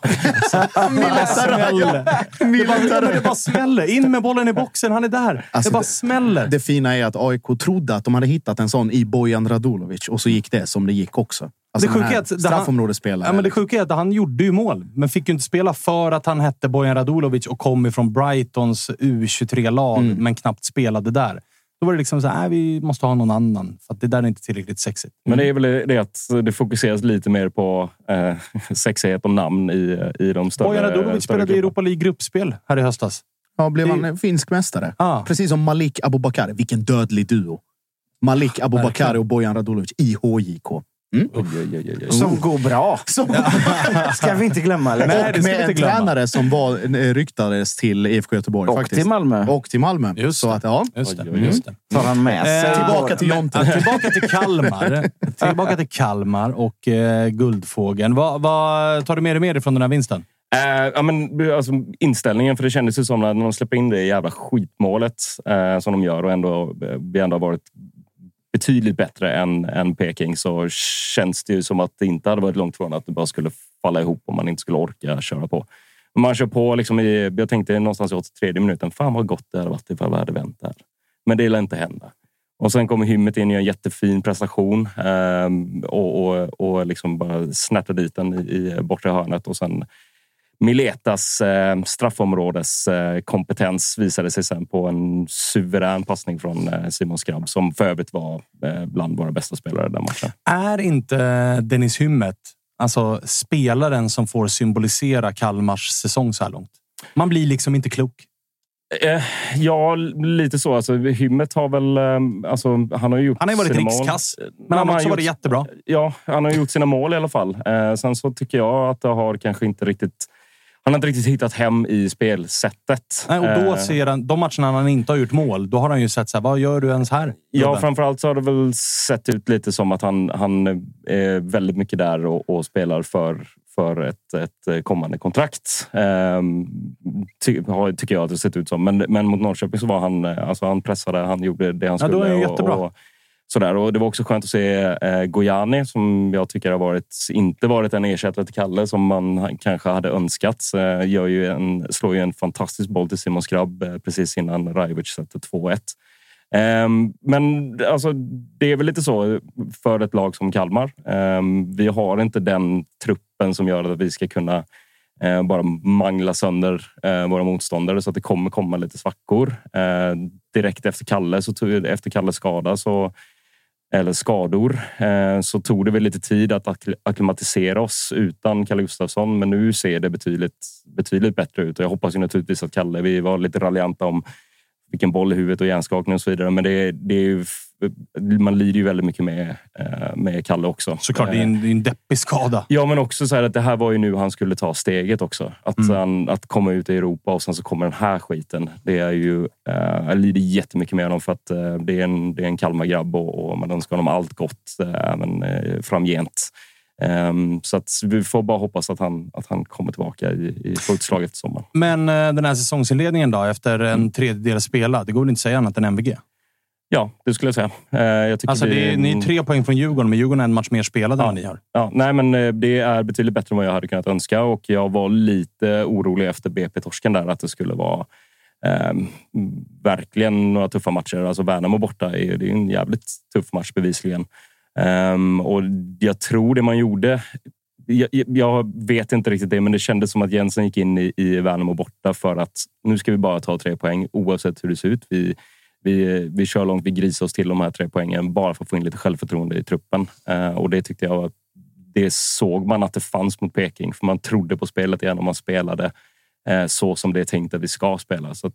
Det bara smäller. In med bollen i boxen, han är där. Alltså, det bara smäller. Det fina är att AIK trodde att de hade hittat en sån i Bojan Radulovic. Och så gick det som det gick också. Alltså det sjuka är att straffområdespelare. Ja, men det sjuka är att han gjorde ju mål. Men fick ju inte spela för att han hette Bojan Radulovic och kom ifrån Brightons U23-lag men knappt spelade där. Då var det liksom så här, vi måste ha någon annan. För att det där är inte tillräckligt sexigt. Men det är väl det att det fokuseras lite mer på sexighet och namn i de större... Bojan Radulovic spelade i Europa League-gruppspel här i höstas. Ja, blev han finsk mästare. Precis som Malik Abubakar. Vilken dödlig duo. Malik Abubakar och Bojan Radulovic i HJK. Som går bra. Ska vi inte glömma. Eller? Nej, och med en tränare som ryktades till IFK Göteborg. Och faktiskt. Till Malmö. Just så att, just det. Tar han med sig. Tillbaka till Jonte. Tillbaka till Kalmar och Guldfågeln. Vad tar du med dig med från den här vinsten? Alltså, inställningen, för det kändes ju som när de släpper in det jävla skitmålet som de gör och vi ändå har varit betydligt bättre än Peking, så känns det ju som att det inte hade varit långt från att det bara skulle falla ihop om man inte skulle orka köra på. Man kör på liksom jag tänkte någonstans i 83 minuten, fan vad gott det hade varit ifall vi hade vänt där. Men det lär inte hända. Och sen kommer Hymmet in i en jättefin prestation och liksom bara snärtar dit den i bortre hörnet. Och sen Miletas straffområdes kompetens visade sig sen på en suverän passning från Simon Skrabb, som för övrigt var bland våra bästa spelare den matchen. Är inte Dennis Hymmet alltså spelaren som får symbolisera Kalmars säsong så här långt? Man blir liksom inte klok. Ja, lite så. Alltså, Hymmet har väl... han har ju gjort han har varit rikskass, men han har också varit jättebra. Ja, han har gjort sina mål i alla fall. Sen så tycker jag att det har kanske inte riktigt... Han har inte riktigt hittat hem i spelsättet. Nej, och då ser han, de matcherna han inte har gjort mål, då har han ju sett så här, vad gör du ens här? Ja, framförallt så har det väl sett ut lite som att han är väldigt mycket där och spelar för ett kommande kontrakt. Tycker jag att det sett ut som. Men mot Norrköping så var han pressade, han gjorde det han skulle. Ja, då är det jättebra. Sådär. Och det var också skönt att se Gojani, som jag tycker har inte varit en ersättare till Kalle som man kanske hade önskat. Slår ju en fantastisk boll till Simon Skrabb precis innan Rajovic sätter 2-1. Men alltså, det är väl lite så för ett lag som Kalmar. Vi har inte den truppen som gör att vi ska kunna bara mangla sönder våra motståndare, så att det kommer komma lite svackor. Direkt efter Kalles skada eller skador, så tog det väl lite tid att akklimatisera oss utan Kalle Gustafsson, men nu ser det betydligt bättre ut, och jag hoppas ju naturligtvis att Kalle, vi var lite raljanta om vilken boll i huvudet och hjärnskakning och så vidare, men det är ju, man lider ju väldigt mycket med Kalle också. Såklart, det är en deppig skada. Ja, men också så här att det här var ju nu han skulle ta steget också. Att komma ut i Europa och sen så kommer den här skiten. Det är ju, jag lider jättemycket med honom, för att det är en Kalmar-grabb och man önskar honom allt gott även framgent. Så att vi får bara hoppas att han kommer tillbaka i fullslaget efter sommaren. Men den här säsongsinledningen då, efter en tredjedel spelad, det går väl inte att säga annat än MVG? Ja, det skulle jag säga. Jag tycker ni är 3 poäng från Djurgården, men Djurgården är en match mer spelad än vad ni har. Ja, nej, men det är betydligt bättre än vad jag hade kunnat önska, och jag var lite orolig efter BP-torsken där, att det skulle vara verkligen några tuffa matcher. Alltså Värnamo borta, det är en jävligt tuff match bevisligen. Och jag tror det man gjorde, jag vet inte riktigt det, men det kändes som att Jensen gick in i Värnamo borta för att nu ska vi bara ta 3 poäng oavsett hur det ser ut. Vi kör långt, vi grisar oss till de här 3 poängen bara för att få in lite självförtroende i truppen. Och det tyckte jag, det såg man att det fanns mot Peking, för man trodde på spelet igen och man spelade så som det är tänkt att vi ska spela. Så att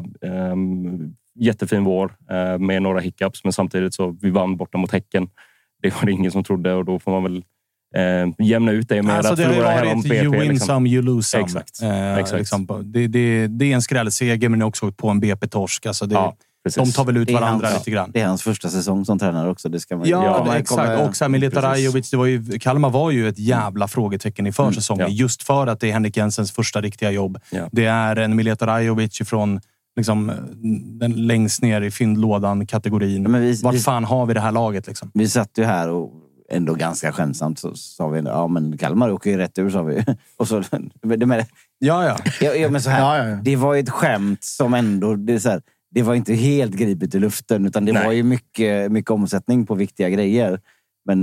jättefin vår med några hiccups, men samtidigt så vi vann borta mot Häcken. Det var det ingen som trodde, och då får man väl jämna ut det med att förlora hemma mot BP. You win some, you lose some. Exakt. Liksom, det är en skrällseger, men också på en BP-torsk. Alltså de tar väl ut varandra lite grann. Det är hans första säsong som tränare också. Det ska man exakt. Och så Mileta Rajovic, Kalmar var ju ett jävla frågetecken i försäsongen. Just för att det är Henrik Jensens första riktiga jobb. Ja. Det är en Mileta Rajovic från liksom, den längst ner i fyndlådan kategorin. Vart fan har vi det här laget? Liksom? Vi satt ju här och ändå ganska skämsamt så sa vi, ja men Kalmar åker ju rätt ur, sa vi. Och så, Ja, men så här, det var ju ett skämt som ändå, det var inte helt gripet i luften, utan det var ju mycket omsättning på viktiga grejer. Men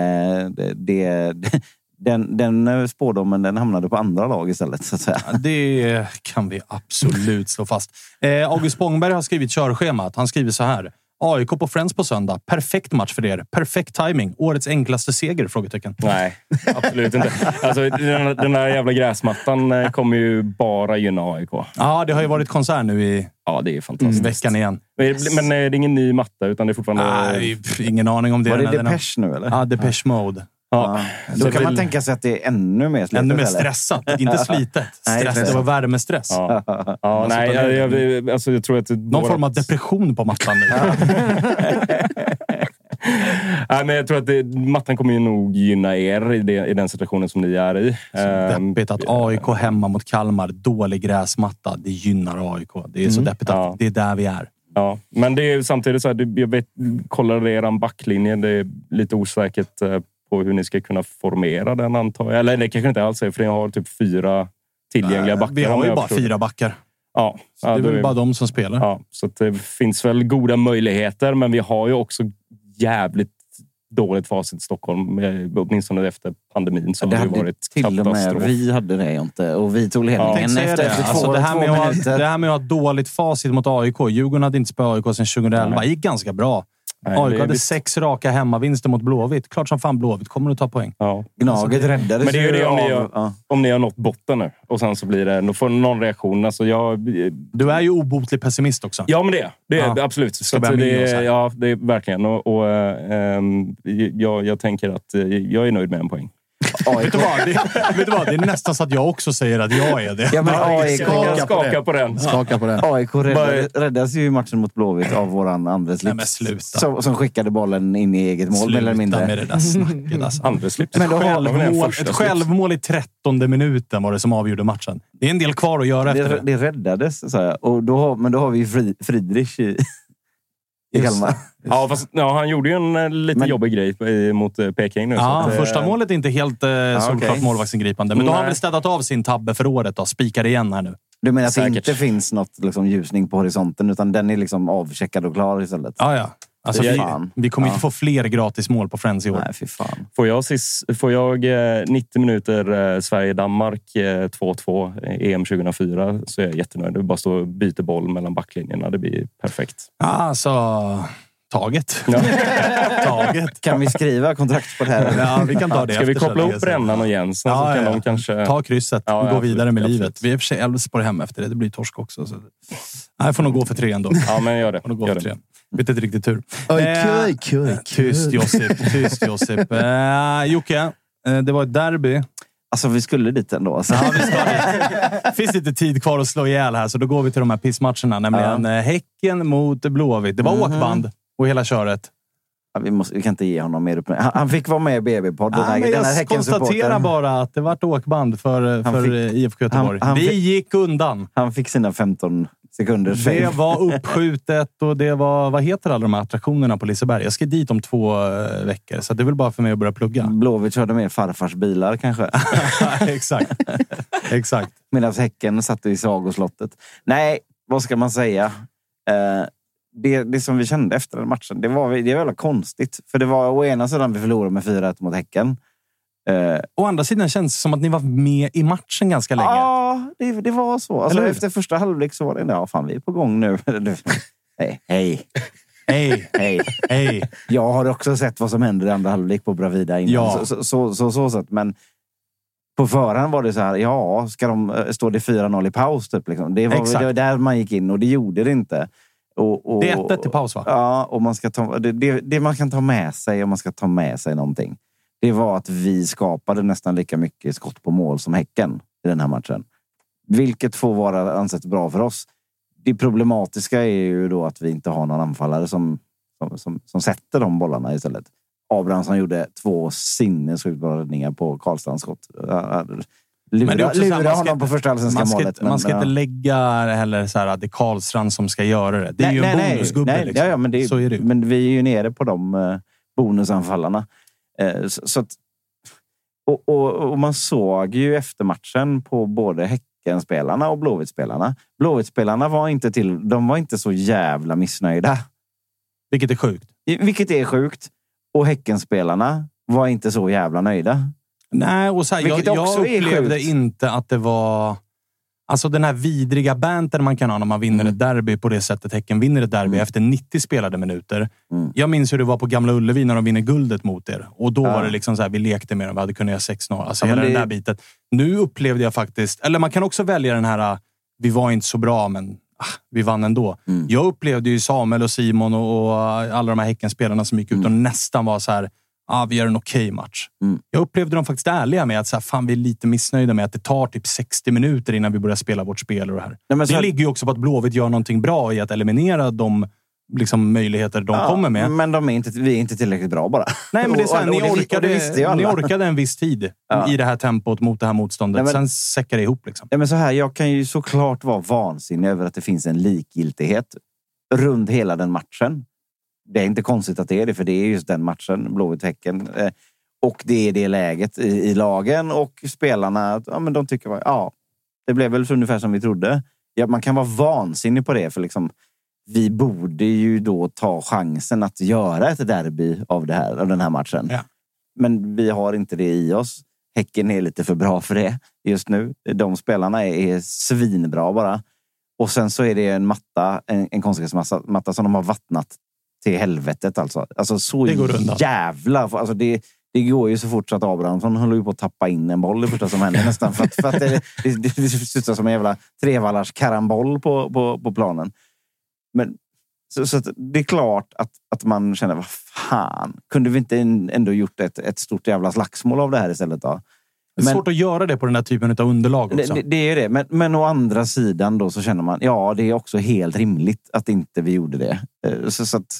den spårdomen, den hamnade på andra lag istället, så att säga. Det kan vi absolut slå fast. August Spångberg har skrivit körschemat. Han skriver så här: AIK på Friends på söndag. Perfekt match för er. Perfekt timing. Årets enklaste seger? Frågetecken. Nej, absolut inte. Alltså, den där jävla gräsmattan kommer ju bara gynna AIK. Ja, det har ju varit konsert nu i det är fantastiskt. Veckan igen. Men det är ingen ny matta, utan det är fortfarande... Nej, ingen aning om det. Var det Depeche nu, eller? Ja, Depeche Mode. Ja. Då kan man tänka sig att det är ännu mer slitet. Ännu mer stressat, inte slitet. Stress, det var värmestress. Jag tror att någon form av depression på mattan nu. Nej, men jag tror att mattan kommer ju nog gynna er i den situationen som ni är i. Så deppigt att AIK hemma mot Kalmar, dålig gräsmatta, det gynnar AIK. Det är så deppigt att det är där vi är. Ja, men det är samtidigt så här, jag kollar eran backlinje, det är lite osäkert på hur ni ska kunna formera den, antar jag. Eller det kanske inte alls är, för jag har typ 4 tillgängliga backar. Vi har ju bara 4 backar. Ja, så det är väl bara de som spelar. Ja, så att det finns väl goda möjligheter, men vi har ju också jävligt dåligt facit i Stockholm, åtminstone efter pandemin, så det har det varit till och med vi hade det inte, och vi tog ledningen efter 2 minuter. Det här med att ha dåligt facit mot AIK. Djurgården hade inte spelat AIK sedan 2011. Det gick ganska bra. AIK hade 6 raka hemmavinster mot Blåvitt. Klart som fan Blåvitt kommer att ta poäng. Ja. Gnaget räddades. Men det är ju det om ni har nått botten nu. Och sen så blir det, då får någon reaktion. Alltså du är ju obotlig pessimist också. Ja, men det är absolut. Så det är verkligen. Jag tänker att jag är nöjd med en poäng. Vet du vad? Det är nästan så att jag också säger att jag är det. Ja, men AIK skaka på den. AIK räddas ju i matchen mot Blåvitt av våran Andreslips. Som skickade bollen in i eget mål. Sluta eller mindre. Med det där snacket. Alltså. Andreslips. Ett självmål i 13:e minuten var det som avgjorde matchen. Det är en del kvar att göra efter det. Det räddades, så här. Och men då har vi Friedrich i Kalmar. Ja, fast han gjorde ju en lite jobbig grej mot Peking nu. Ja, första målet är inte helt solklart målvaktsingripande. Men då har han väl städat av sin tabbe för året då. Spikar igen här nu. Du menar att det inte finns något liksom, ljusning på horisonten, utan den är liksom avcheckad och klar istället? Ja. Alltså, vi kommer inte få fler gratis mål på Friends i år. Nej, fy fan. Får jag 90 minuter Sverige-Danmark 2-2 EM 2004, så är jag jättenöjd. Det bara stå och byta boll mellan backlinjerna. Det blir perfekt. Alltså... Taget. Kan vi skriva kontrakt på det här? Ja, vi kan ta det. Ska vi koppla ihop Brännan och Jensen? Så kan de kanske... Ta krysset. Gå vidare med livet. Vi är för sig Elfsborg hem efter det. Det blir torsk också. Så... Nej, får nog gå för 3 ändå. Ja, men gör det. Får nog gå för 3. Vet inte riktigt tur. Tyst, Josip. Jocke, det var ett derby. Alltså, vi skulle dit ändå. Alltså. Ja, vi ska dit. Finns lite tid kvar att slå ihjäl här, så då går vi till de här pissmatcherna. Nämligen Häcken mot Blåvitt. Det var åkband och hela köret. Ja, vi kan inte ge honom mer upp. Han fick vara med i BB-podden. Jag konstaterar bara att det var ett åkband för IFK Göteborg. Vi gick undan. Han fick sina 15 sekunder. Det var uppskjutet och det var... Vad heter alla de här attraktionerna på Liseberg? Jag ska dit om 2 veckor, så det är väl bara för mig att börja plugga. Blåvitt körde med farfars bilar kanske. Exakt. Medan Häcken satt i Sagoslottet. Nej, vad ska man säga? Det som vi kände efter den matchen, det var väldigt konstigt. För det var å ena sidan vi förlorade med 4-1 mot Häcken. Å andra sidan känns det som att ni var med i matchen ganska länge. Ja, det var så. Alltså, efter första halvlek så var det, ja fan, vi är på gång nu. Hej. Jag har också sett vad som händer i andra halvlek på Bravida innan. Ja. Så sätt. Men på förhand var det så här, ja, ska de stå det 4-0 i paus typ liksom. Det var där man gick in och det gjorde det inte. Och det är 1-1 i paus, va? Ja, och man ska det man kan ta med sig, om man ska ta med sig någonting. Det var att vi skapade nästan lika mycket skott på mål som Häcken i den här matchen. Vilket får vara ansett bra för oss. Det problematiska är ju då att vi inte har någon anfallare som sätter de bollarna istället. Abrahamsson gjorde 2 sinnessjukt bra räddningar på Karlstrands skott. Lura honom på första allsvenska målet. Man ska inte lägga heller så här att det är Karlstrand som ska göra det. Det är ju en bonusgubbe. Liksom. Ja, men så är det. Men vi är ju nere på de bonusanfallarna. Så att, och man såg ju efter matchen på både Häckenspelarna och Blåvittspelarna. Blåvittspelarna var inte så jävla missnöjda. Vilket är sjukt. Och Häckenspelarna var inte så jävla nöjda. Nej, och så här, jag upplevde inte att det var... Alltså den här vidriga banten man kan ha när man vinner ett derby på det sättet Häcken vinner ett derby efter 90 spelade minuter. Jag minns hur det var på Gamla Ullevi när de vinner guldet mot er. Och då var det liksom så här, vi lekte med dem, vi hade kunnat göra 6-0. Alltså hela den där biten. Nu upplevde jag faktiskt... Eller man kan också välja den här, vi var inte så bra men vi vann ändå. Jag upplevde ju Samuel och Simon och alla de här Häckenspelarna som gick ut och nästan var så här... vi gör en okej match. Jag upplevde dem faktiskt ärliga med att så här, fan, vi är lite missnöjda med att det tar typ 60 minuter innan vi börjar spela vårt spel och det här. Nej, det ligger ju också på att Blåvitt gör någonting bra i att eliminera de liksom, möjligheter de kommer med. Men vi är inte tillräckligt bra bara. Nej, men det är så här, ni orkade en viss tid i det här tempot mot det här motståndet. Sen säckar det ihop liksom. Ja, men så här, jag kan ju såklart vara vansinnig över att det finns en likgiltighet. runt hela den matchen. Det är inte konstigt att det är det, för det är just den matchen, Blåvitt-Häcken. Och det är det läget i lagen och spelarna. Ja, men de tycker, det blev väl ungefär som vi trodde. Ja, man kan vara vansinnig på det, för liksom, vi borde ju då ta chansen att göra ett derby av den här matchen. Ja. Men vi har inte det i oss. Häcken är lite för bra för det just nu. De spelarna är svinbra bara. Och sen så är det en matta, en konstgräsmatta som de har vattnat till helvetet alltså. Alltså så jävla... Alltså det går ju så fort så att Abrahamsson håller ju på att tappa in en boll, det första som händer nästan. För att det ser ut som en jävla trevallars karamboll på planen. Men så att det är klart att man känner, vad fan, kunde vi inte ändå gjort ett stort jävla slagsmål av det här istället då? Det är svårt att göra det på den här typen av underlag också. Det är det. Men å andra sidan då så känner man, ja, det är också helt rimligt att inte vi gjorde det. Så att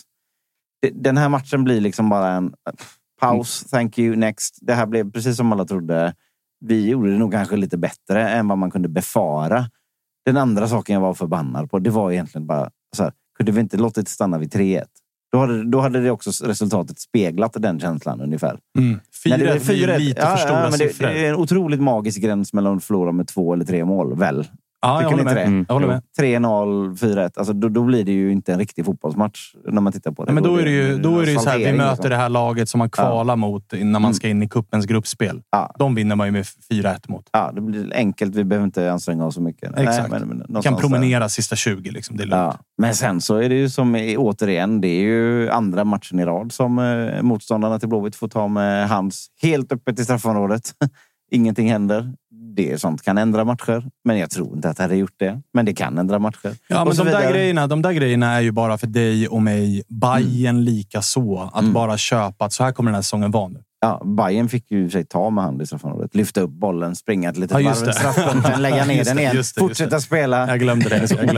den här matchen blir liksom bara en paus, thank you, next. Det här blev precis som alla trodde. Vi gjorde det nog kanske lite bättre än vad man kunde befara. Den andra saken jag var förbannad på, det var egentligen bara så här, kunde vi inte låta det stanna vid 3-1? Då hade det också resultatet speglat den känslan ungefär. 4-1 är lite för stora siffror. Det är en otroligt magisk gräns mellan att förlora med 2 eller 3 mål, väl? Ja, jag håller med. Jag håller med. 3-0, 4-1. Alltså, då blir det ju inte en riktig fotbollsmatch när man tittar på det. Men då är det ju så här, vi möter det här laget som man kvalar mot när man ska in i kuppens gruppspel. Ja. De vinner man ju med 4-1 mot. Ja, det blir enkelt. Vi behöver inte anstränga oss så mycket. Exakt. Vi kan promenera sista 20 liksom. Det är lugnt. Ja. Men sen så är det ju som återigen, det är ju andra matchen i rad som motståndarna till Blåvitt får ta med hands helt öppet i straffområdet. Ingenting händer. Det sånt kan ändra matcher. Men jag tror inte att det hade gjort det. Men det kan ändra matcher. Ja, men de där grejerna är ju bara för dig och mig. Bayern lika så. Att bara köpa att så här kommer den här säsongen vara nu. Ja, Bayern fick ju sig ta med hand i straffområdet. Lyfta upp bollen, springa ett litet varv i straffpunkten, lägga ner den igen, fortsätta spela. Jag glömde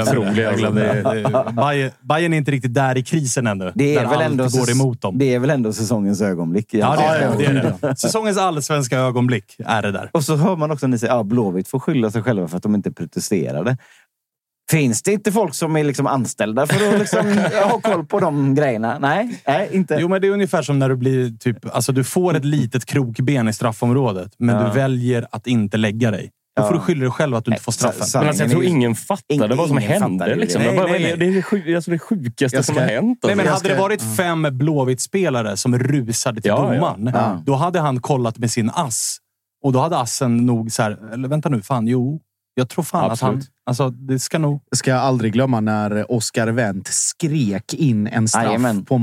det. Bayern är inte riktigt där i krisen ännu. Det är väl ändå går emot dem. Det är väl ändå säsongens ögonblick. Ja, det är det. Säsongens allsvenska ögonblick är det där. Och så hör man också när ni säger att Blåvitt får skylla sig själva för att de inte protesterade. Finns det inte folk som är liksom anställda för att liksom ha koll på de grejerna? Nej, inte. Jo, men det är ungefär som när du blir typ... Alltså du får ett litet krokben i straffområdet, men du väljer att inte lägga dig. Då får du skylla dig själv att du inte får straffen. Men alltså, jag tror ingen fattade vad som hände. Liksom. Det är det sjukaste som har hänt. Nej, men hade det varit 5 Blåvitt-spelare som rusade till domaren, då hade han kollat med sin ass. Och då hade assen nog så här... Eller vänta nu, fan, jo... Jag tror fan att han... Alltså, det ska nog... Ska jag aldrig glömma när Oscar Wendt skrek in en straff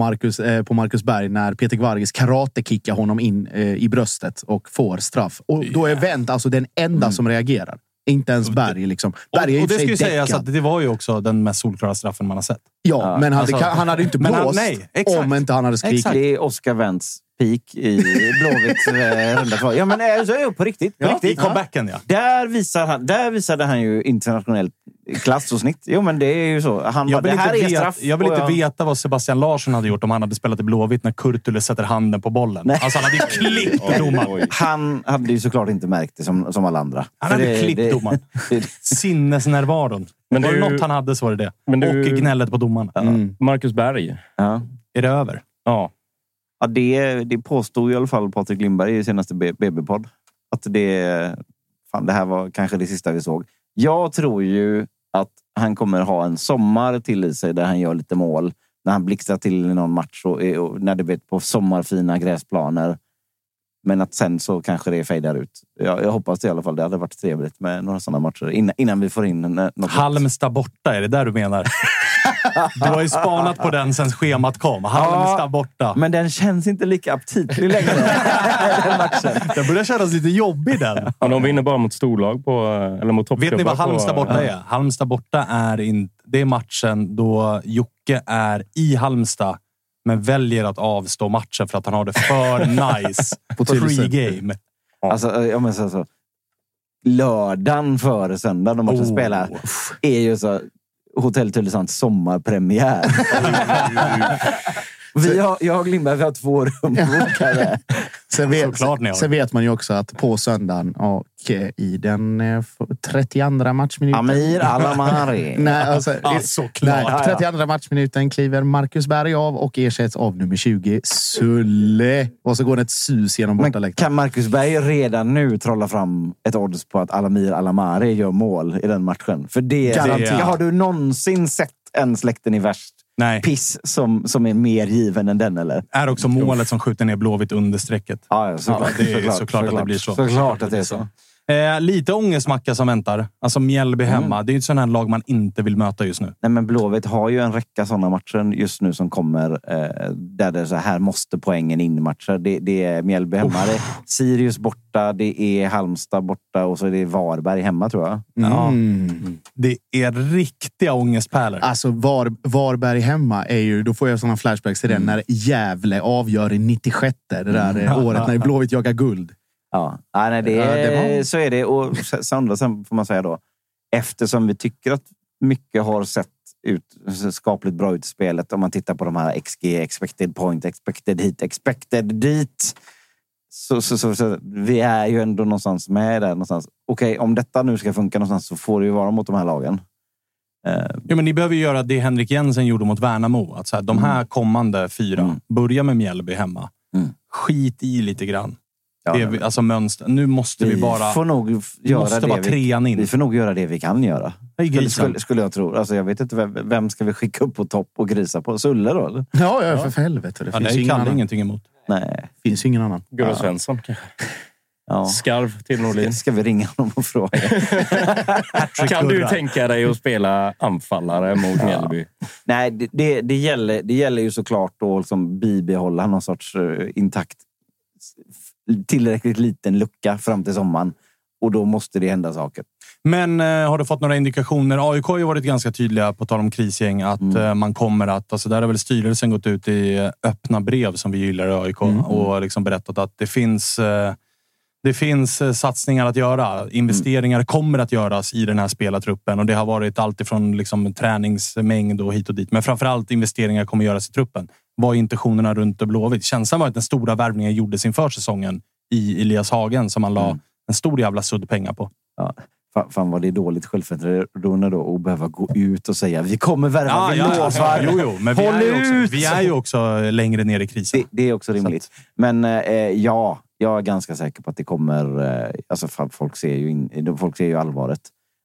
på Marcus Berg när Peter Gvargis karate-kickar honom in i bröstet och får straff. Och då är Wendt alltså den enda som reagerar. Inte ens Berg liksom. Berg och det skulle ju sägas att det var ju också den mest solklara straffen man har sett. Ja, men han hade inte blåst om inte han hade skrikit. Det är Oscar Wendts peak i Blåvitts runda. Ja, men så är det på riktigt. I comebacken, ja. Där visade han ju internationellt klass och snitt. Jo, men det är ju så. Jag vill inte veta vad Sebastian Larsson hade gjort om han hade spelat i Blåvitt när Kurtule sätter handen på bollen. Nej. Alltså han hade ju klippt domaren. Han hade ju såklart inte märkt det som alla andra. Han hade klippt domaren. Sinnesnärvaron. Men det var något han hade, så var det. Och gnället på domaren. Marcus Berg. Ja. Är det över? Ja. Ja, det påstod i alla fall Patrik Lindberg i senaste BB-podd. Att det här var kanske det sista vi såg. Jag tror ju att han kommer ha en sommar till i sig där han gör lite mål. När han blixtrar till i någon match och när det vet på sommarfina gräsplaner. Men att sen så kanske det fejdar ut. Jag hoppas det i alla fall. Det hade varit trevligt med några sådana matcher innan vi får in något. Halmstad borta, är det där du menar? Du har ju spanat på den sen schemat kom. Halmstad borta. Men den känns inte lika aptitlig längre. Den matchen. Den börjar kännas lite jobbig den. Ja, de vinner bara mot storlag eller mot toppklubbar. Vet ni vad Halmstad borta är? Halmstad borta det är matchen då Jocke är i Halmstad men väljer att avstå matchen för att han har det för nice på pre-game. Alltså, jag menar så. Lördagen före söndag de matchen spelar är ju så Hotell Tylösands sommarpremiär. Jag och Lindberg, vi har 2 rum bokade. Sen vet man ju också att på söndagen och i den 32 matchminuten... Amir Alamari. Nej, såklart. 32 matchminuten kliver Marcus Berg av och ersätts av nummer 20, Sulle. Och så går det ett sus genom bortaläktaren. Kan Marcus Berg redan nu trolla fram ett odds på att Amir Alamari gör mål i den matchen? För det har du någonsin sett en släkten i värst piss som är mer given än den, eller? Är också målet som skjuter ner Blåvitt under strecket. Ja, såklart. Det är såklart att det blir så. Såklart att det är så. Lite ångestmacka som väntar. Alltså Mjällby hemma. Det är ju ett sån här lag man inte vill möta just nu. Nej, men Blåvitt har ju en räcka sådana matcher just nu som kommer där det är så här måste poängen in i matcher. Det är Mjällby hemma, det är Sirius borta, det är Halmstad borta och så är det Varberg hemma, tror jag. Det är riktiga ångestpärlor. Alltså Varberg hemma är ju, då får jag sådana flashbacks till den när Gävle avgör i 96 det där året när Blåvitt jagar guld. Ja, nej, så är det. Och sen får man säga då, eftersom vi tycker att mycket har sett ut skapligt bra ut i spelet, om man tittar på de här XG, expected point, expected hit, expected dit, så vi är ju ändå någonstans med där någonstans. Okej, om detta nu ska funka någonstans så får det ju vara mot de här lagen. Ja, men ni behöver ju göra det Henrik Jensen gjorde mot Värnamo. Att så här, de här kommande 4, börja med Mjällby hemma. Skit i lite grann. Alltså mönster. Nu måste vi bara... får nog göra det. Trean in. Vi får nog göra det vi kan göra. Skulle jag tro. Alltså, jag vet inte, vem ska vi skicka upp på topp och grisa på? Sulle då? Eller? Ja, för helvete. Det finns kan ingenting emot. Nej. Finns ju ingen annan. Gurra Svensson kanske. Ja. Skarv till Norlin. Ska vi ringa honom och fråga? Kan du tänka dig att spela anfallare mot Mjällby? Nej, det gäller ju såklart att liksom bibehålla någon sorts intakt, tillräckligt liten lucka fram till sommaren. Och då måste det hända saker. Men har du fått några indikationer? AIK har ju varit ganska tydliga, på tal om krisgäng, att man kommer att... Alltså där har väl styrelsen gått ut i öppna brev som vi gillar i AIK och liksom berättat att det finns satsningar att göra. Investeringar kommer att göras i den här spelartruppen. Och det har varit allt ifrån liksom träningsmängd och hit och dit. Men framförallt investeringar kommer att göras i truppen. Vad är intentionerna runt Blåvitt? Känslan var att den stora värvningen gjordes inför säsongen i Elias Hagen, som man la en stor jävla sudd pengar på. Ja. Fan vad det är dåligt självförtroende då att behöva gå ut och säga vi kommer värva, vi lovar. Jo, men vi är ju också längre ner i krisen. Det är också rimligt. Men jag är ganska säker på att det kommer... Alltså folk ser ju allvaret.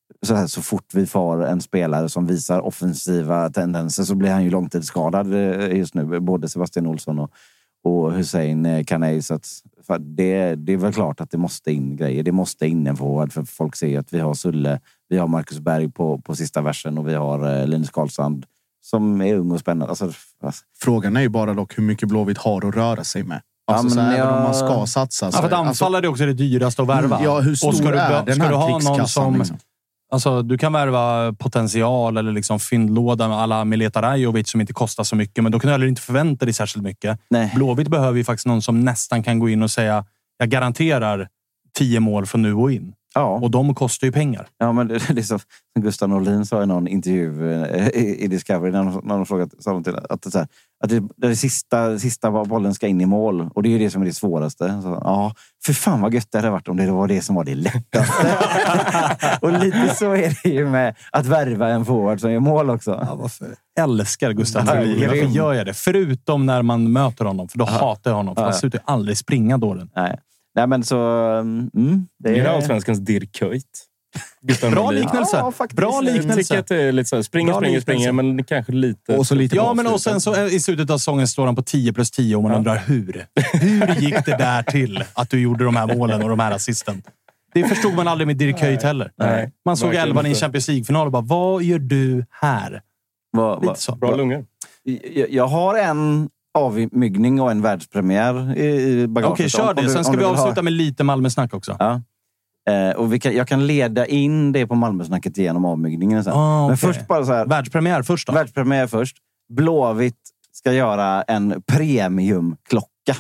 Så fort vi får en spelare som visar offensiva tendenser så blir han ju långtidsskadad just nu. Både Sebastian Olsson och Hussein Kanei. Så att, det är väl klart att det måste in grejer. Det måste in en forward, för folk ser att vi har Sulle, vi har Marcus Berg på sista versen och vi har Linus Karlsson som är ung och spännande. Alltså, frågan är ju bara dock hur mycket Blåvitt har att röra sig med. Alltså även om man ska satsa. För att anfalla det också är det dyraste att värva. Ja, hur stor är den här krigskassan? Liksom? Alltså, du kan värva potential eller liksom fyndlåda med alla Mileta Rajovic som inte kostar så mycket. Men då kan du heller inte förvänta dig särskilt mycket. Nej. Blåvitt behöver ju faktiskt någon som nästan kan gå in och säga jag garanterar 10 mål från nu och in. Ja. Och de kostar ju pengar. Ja, men det är så, som Gustav Norlin sa i någon intervju i Discovery när de frågat till att det sista bollen ska in i mål. Och det är ju det som är det svåraste. Så, ja, för fan vad gött det hade varit om det var det som var det lättaste. Och lite så är det ju med att värva en forward som gör mål också. Ja, varför? Jag älskar Gustav Norlin. Varför gör jag det? Förutom när man möter honom. För då hatar jag honom. För han slutar aldrig springa dåren. Nej, men så... det är allsvenskans Dirk Kuyt. Bra liknelse. Ja, bra liknelse. Jag tycker att det är lite så springer, men kanske lite... Och så lite men och sen så i slutet av säsongen står han på 10+10 och man undrar hur gick det där till att du gjorde de här målen och de här assisten? Det förstod man aldrig med Dirk Kuyt heller. Nej. Man såg 11 i en Champions League-final och bara, vad gör du här? Bra lungor. Jag har en avmygning och en världspremiär i bagaget. Okej, kör det. Sen ska vi avsluta med lite Malmö-snack också. Ja. Och jag kan leda in det på Malmö-snacket genom avmygningen sen. Men först bara så här. Världspremiär först då? Världspremiär först. Blåvitt ska göra en premiumklocka.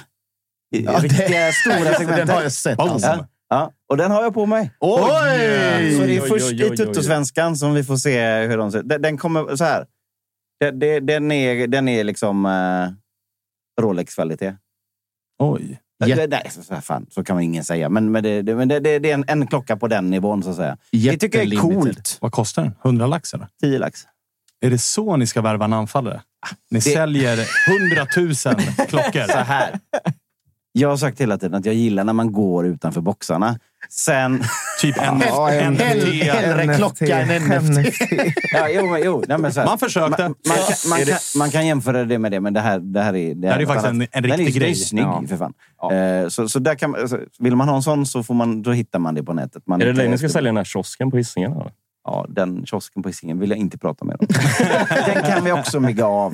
Riktiga stora segmenter. Den har jag sett alltså. Ja, och den har jag på mig. Oj! Så det är först i Tuttosvenskan som vi får se hur de ser. Den kommer så här. Den är liksom Rolex-kvalitet. Oj. Nej, så kan man ingen säga. Men det är en klocka på den nivån, så att säga. Det tycker jag är coolt. Vad kostar den? 100 lax eller? 10 lax. Är det så ni ska värva en anfallare? Ni säljer 100 000 klockor. Så här. Jag har sagt hela tiden att jag gillar när man går utanför boxarna. Sen... Typ hellre klocka än NFT. Jo. Nej, men så här, man försökte. Man kan jämföra det med det, men det här är faktiskt en riktig grej. Snygg, för fan. Så där kan man, vill man ha en sån så då hittar man det på nätet. Är det ni ska sälja den här kiosken på Hisingen? Eller? Ja, den kiosken på Hisingen vill jag inte prata med om. Den kan vi också mygga av.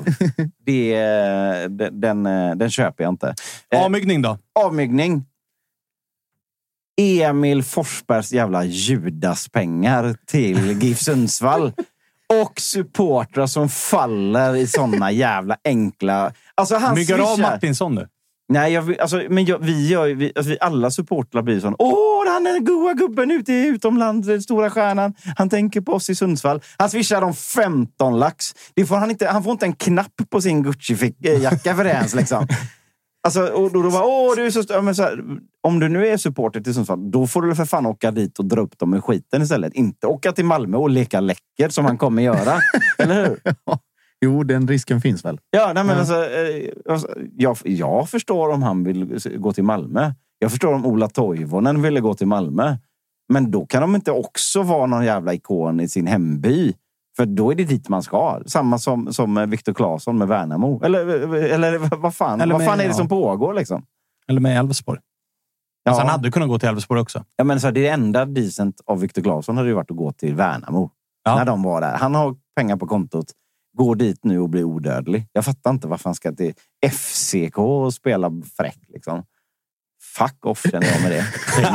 Den köper jag inte. Avmygning då? Avmygning. Emil Forsbergs jävla Judaspengar till GIF Sundsvall. Och supportrar som faller i såna jävla enkla... Alltså han myggar av Martinsson nu? Nej, vi alla supportrar blir sån. Han är den goa gubben ute i utomland, den stora stjärnan. Han tänker på oss i Sundsvall. Han swishar dem 15 lax. Han får inte en knapp på sin Gucci-jacka för det ens liksom. Alltså, och då var du är så, men så här, om du nu är supporter till Sundsvall, då får du för fan åka dit och dra upp dem i skiten istället. Inte åka till Malmö och leka läcker som han kommer göra. Eller hur? Jo, den risken finns väl. Ja, nej, men jag förstår om han vill gå till Malmö. Jag förstår om Ola Toivonen ville gå till Malmö. Men då kan de inte också vara någon jävla ikon i sin hemby. För då är det dit man ska. Samma som Viktor Claesson med Värnamo. Eller vad fan? Vad fan är det som pågår liksom? Eller med Elfsborg. Ja. Alltså, han hade kunnat gå till Elfsborg också. Ja, men så det enda decent av Viktor Claesson hade ju varit att gå till Värnamo. Ja. När de var där. Han har pengar på kontot. Går dit nu och blir odödlig. Jag fattar inte varför han ska till FCK och spela fräck liksom. Fuck off känner jag med det.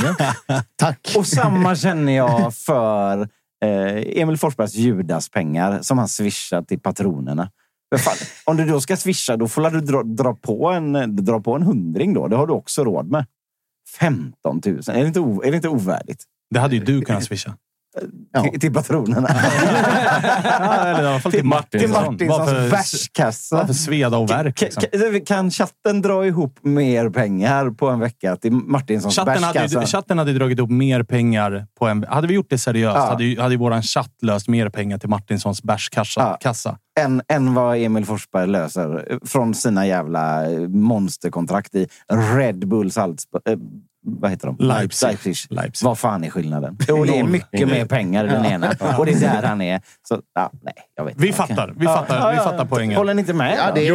Tack. Och samma känner jag för Emil Forsbergs Judaspengar som han swishar till patronerna. Fan, om du då ska swisha, då får du dra på en 100 då. Det har du också råd med. 15 000. Är det inte ovärdigt? Det hade ju du kunnat swisha. Till patronerna. Eller i alla fall till Martinssons bärskassa. Varför sveda och verk? Liksom. Kan chatten dra ihop mer pengar på en vecka till Martinssons bärskassa? Chatten hade dragit ihop mer pengar på en... Hade vi gjort det seriöst hade våran chatt löst mer pengar till Martinssons bärskassa. Än vad Emil Forsberg löser från sina jävla monsterkontrakt i Red Bull vad heter de? Leipzig. Vad fan är skillnaden? Jo, det är mycket mer pengar i den ena. Och det är där han är. Så, nej, jag vet. Vi fattar poängen. Håller ni inte med? Ja, det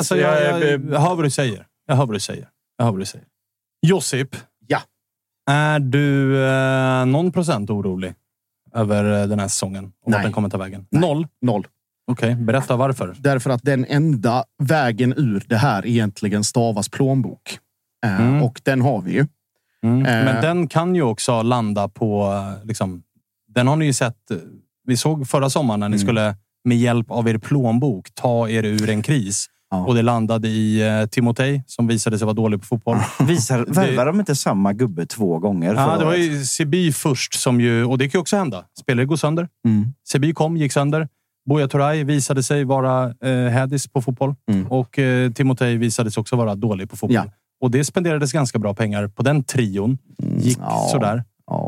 är jag hör vad du säger. Josip. Ja. Är du någon procent orolig över den här säsongen? Och vart den kommer ta vägen? Nej. 0. Okej, berätta varför. Därför att den enda vägen ur det här egentligen stavas plånbok. Och den har vi ju. Men den kan ju också landa på... Liksom, den har ni ju sett... Vi såg förra sommaren när ni skulle med hjälp av er plånbok ta er ur en kris. Och det landade i Timotej som visade sig vara dålig på fotboll. Värvar de inte samma gubbe 2 gånger? Ja, det var ju Seby först som ju... Och det kan ju också hända. Spelare går sönder. Seby gick sönder. Buya Turay visade sig vara hädis på fotboll. Och Timotej visade sig också vara dålig på fotboll. Ja. Och det spenderades ganska bra pengar på den trion. Gick sådär.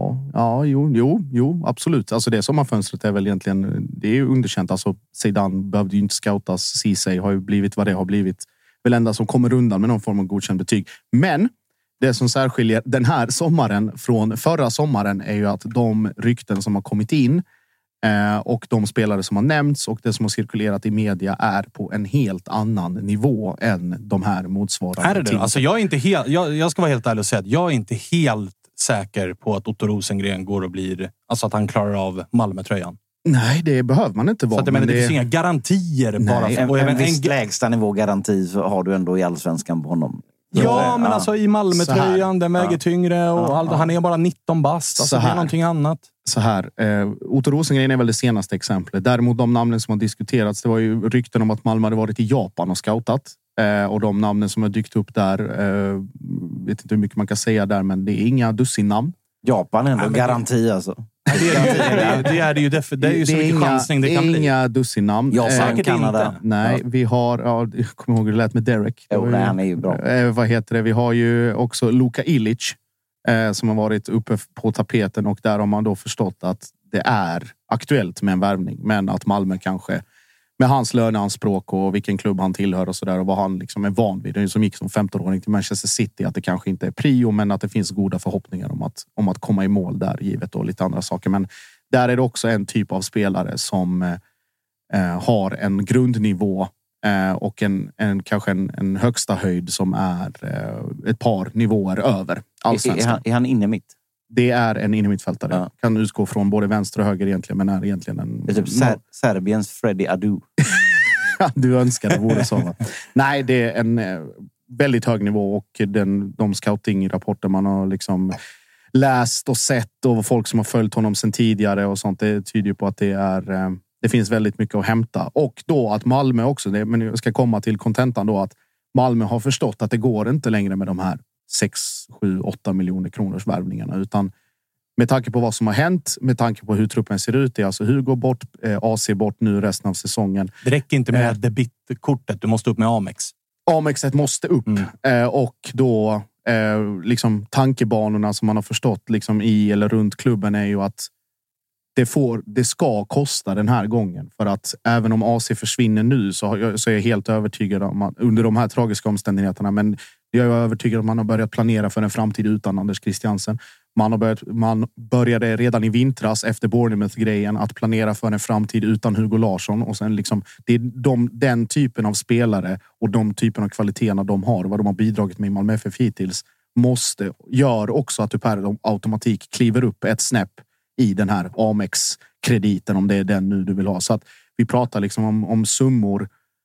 Jo, absolut. Alltså det sommarfönstret är väl egentligen... Det är ju underkänt. Alltså Zidane behövde ju inte scoutas. Ceesay har ju blivit vad det har blivit. Väl enda som kommer undan med någon form av godkänd betyg. Men det som särskiljer den här sommaren från förra sommaren är ju att de rykten som har kommit in och de spelare som har nämnts och det som har cirkulerat i media är på en helt annan nivå än de här motsvarande. Är det? Alltså jag är inte helt... Jag ska vara helt ärlig och säga att jag är inte helt säker på att Otto Rosengren går och blir... Alltså att han klarar av Malmö-tröjan. Nej, det behöver man inte vara. Så att det finns inga garantier. Bara för, en viss lägsta nivå garanti så har du ändå i Allsvenskan på honom. Ja, men alltså i Malmö-tröjan, den väger tyngre och han är bara 19 bast. Alltså det är någonting annat. Så här, Otto Rosengren är väl det senaste exemplet. Däremot de namnen som har diskuterats, det var ju rykten om att Malmö hade varit i Japan och scoutat. Och de namnen som har dykt upp där, vet inte hur mycket man kan säga där, men det är inga dussinnamn. Japan är ändå garanti alltså. Det är det ju. Det är ju så mycket chansning det kan bli. Inga dussinnamn. Ja, säkert inte. Nej, vi har... Jag kommer ihåg hur det lät med Derek. Han är ju bra. Vad heter det? Vi har ju också Luka Ilic som har varit uppe på tapeten och där har man då förstått att det är aktuellt med en värvning. Men att Malmö kanske med hans löneanspråk och vilken klubb han tillhör och sådär och vad han liksom är van vid. Det är som gick som 15-åring till Manchester City att det kanske inte är prio men att det finns goda förhoppningar om att komma i mål där givet och lite andra saker. Men där är det också en typ av spelare som har en grundnivå och kanske en högsta höjd som är ett par nivåer över allsvenskan. Är han inne mitt? Det är en innermittfältare. Ja. Kan utgå från både vänster och höger egentligen, men är egentligen en... Det är typ Serbiens Freddie Adu. Du önskar det vore så. Va? Nej, det är en väldigt hög nivå och de scouting-rapporter man har liksom läst och sett och folk som har följt honom sedan tidigare och sånt, det tyder ju på att det finns väldigt mycket att hämta. Och då att Malmö också, men jag ska komma till kontentan då, att Malmö har förstått att det går inte längre med de här 6, 7, 8 miljoner kronors värvningarna, utan med tanke på vad som har hänt, med tanke på hur truppen ser ut, det är alltså Hugo bort, AC bort nu resten av säsongen. Det räcker inte med debitkortet, du måste upp med Amex. Amexet måste upp och då liksom tankebanorna som man har förstått liksom i eller runt klubben är ju att det ska kosta den här gången, för att även om AC försvinner nu så är jag helt övertygad om att under de här tragiska omständigheterna, men jag är övertygad om att man har börjat planera för en framtid utan Anders Christiansen. Man började redan i vintras efter Bournemouth-grejen att planera för en framtid utan Hugo Larsson, och sen liksom det är den typen av spelare och de typen av kvaliteterna de har, vad de har bidragit med i Malmö FF hittills, gör också att du per automatik kliver upp ett snäpp i den här Amex-krediten, om det är den nu du vill ha. Så att vi pratar liksom om summor,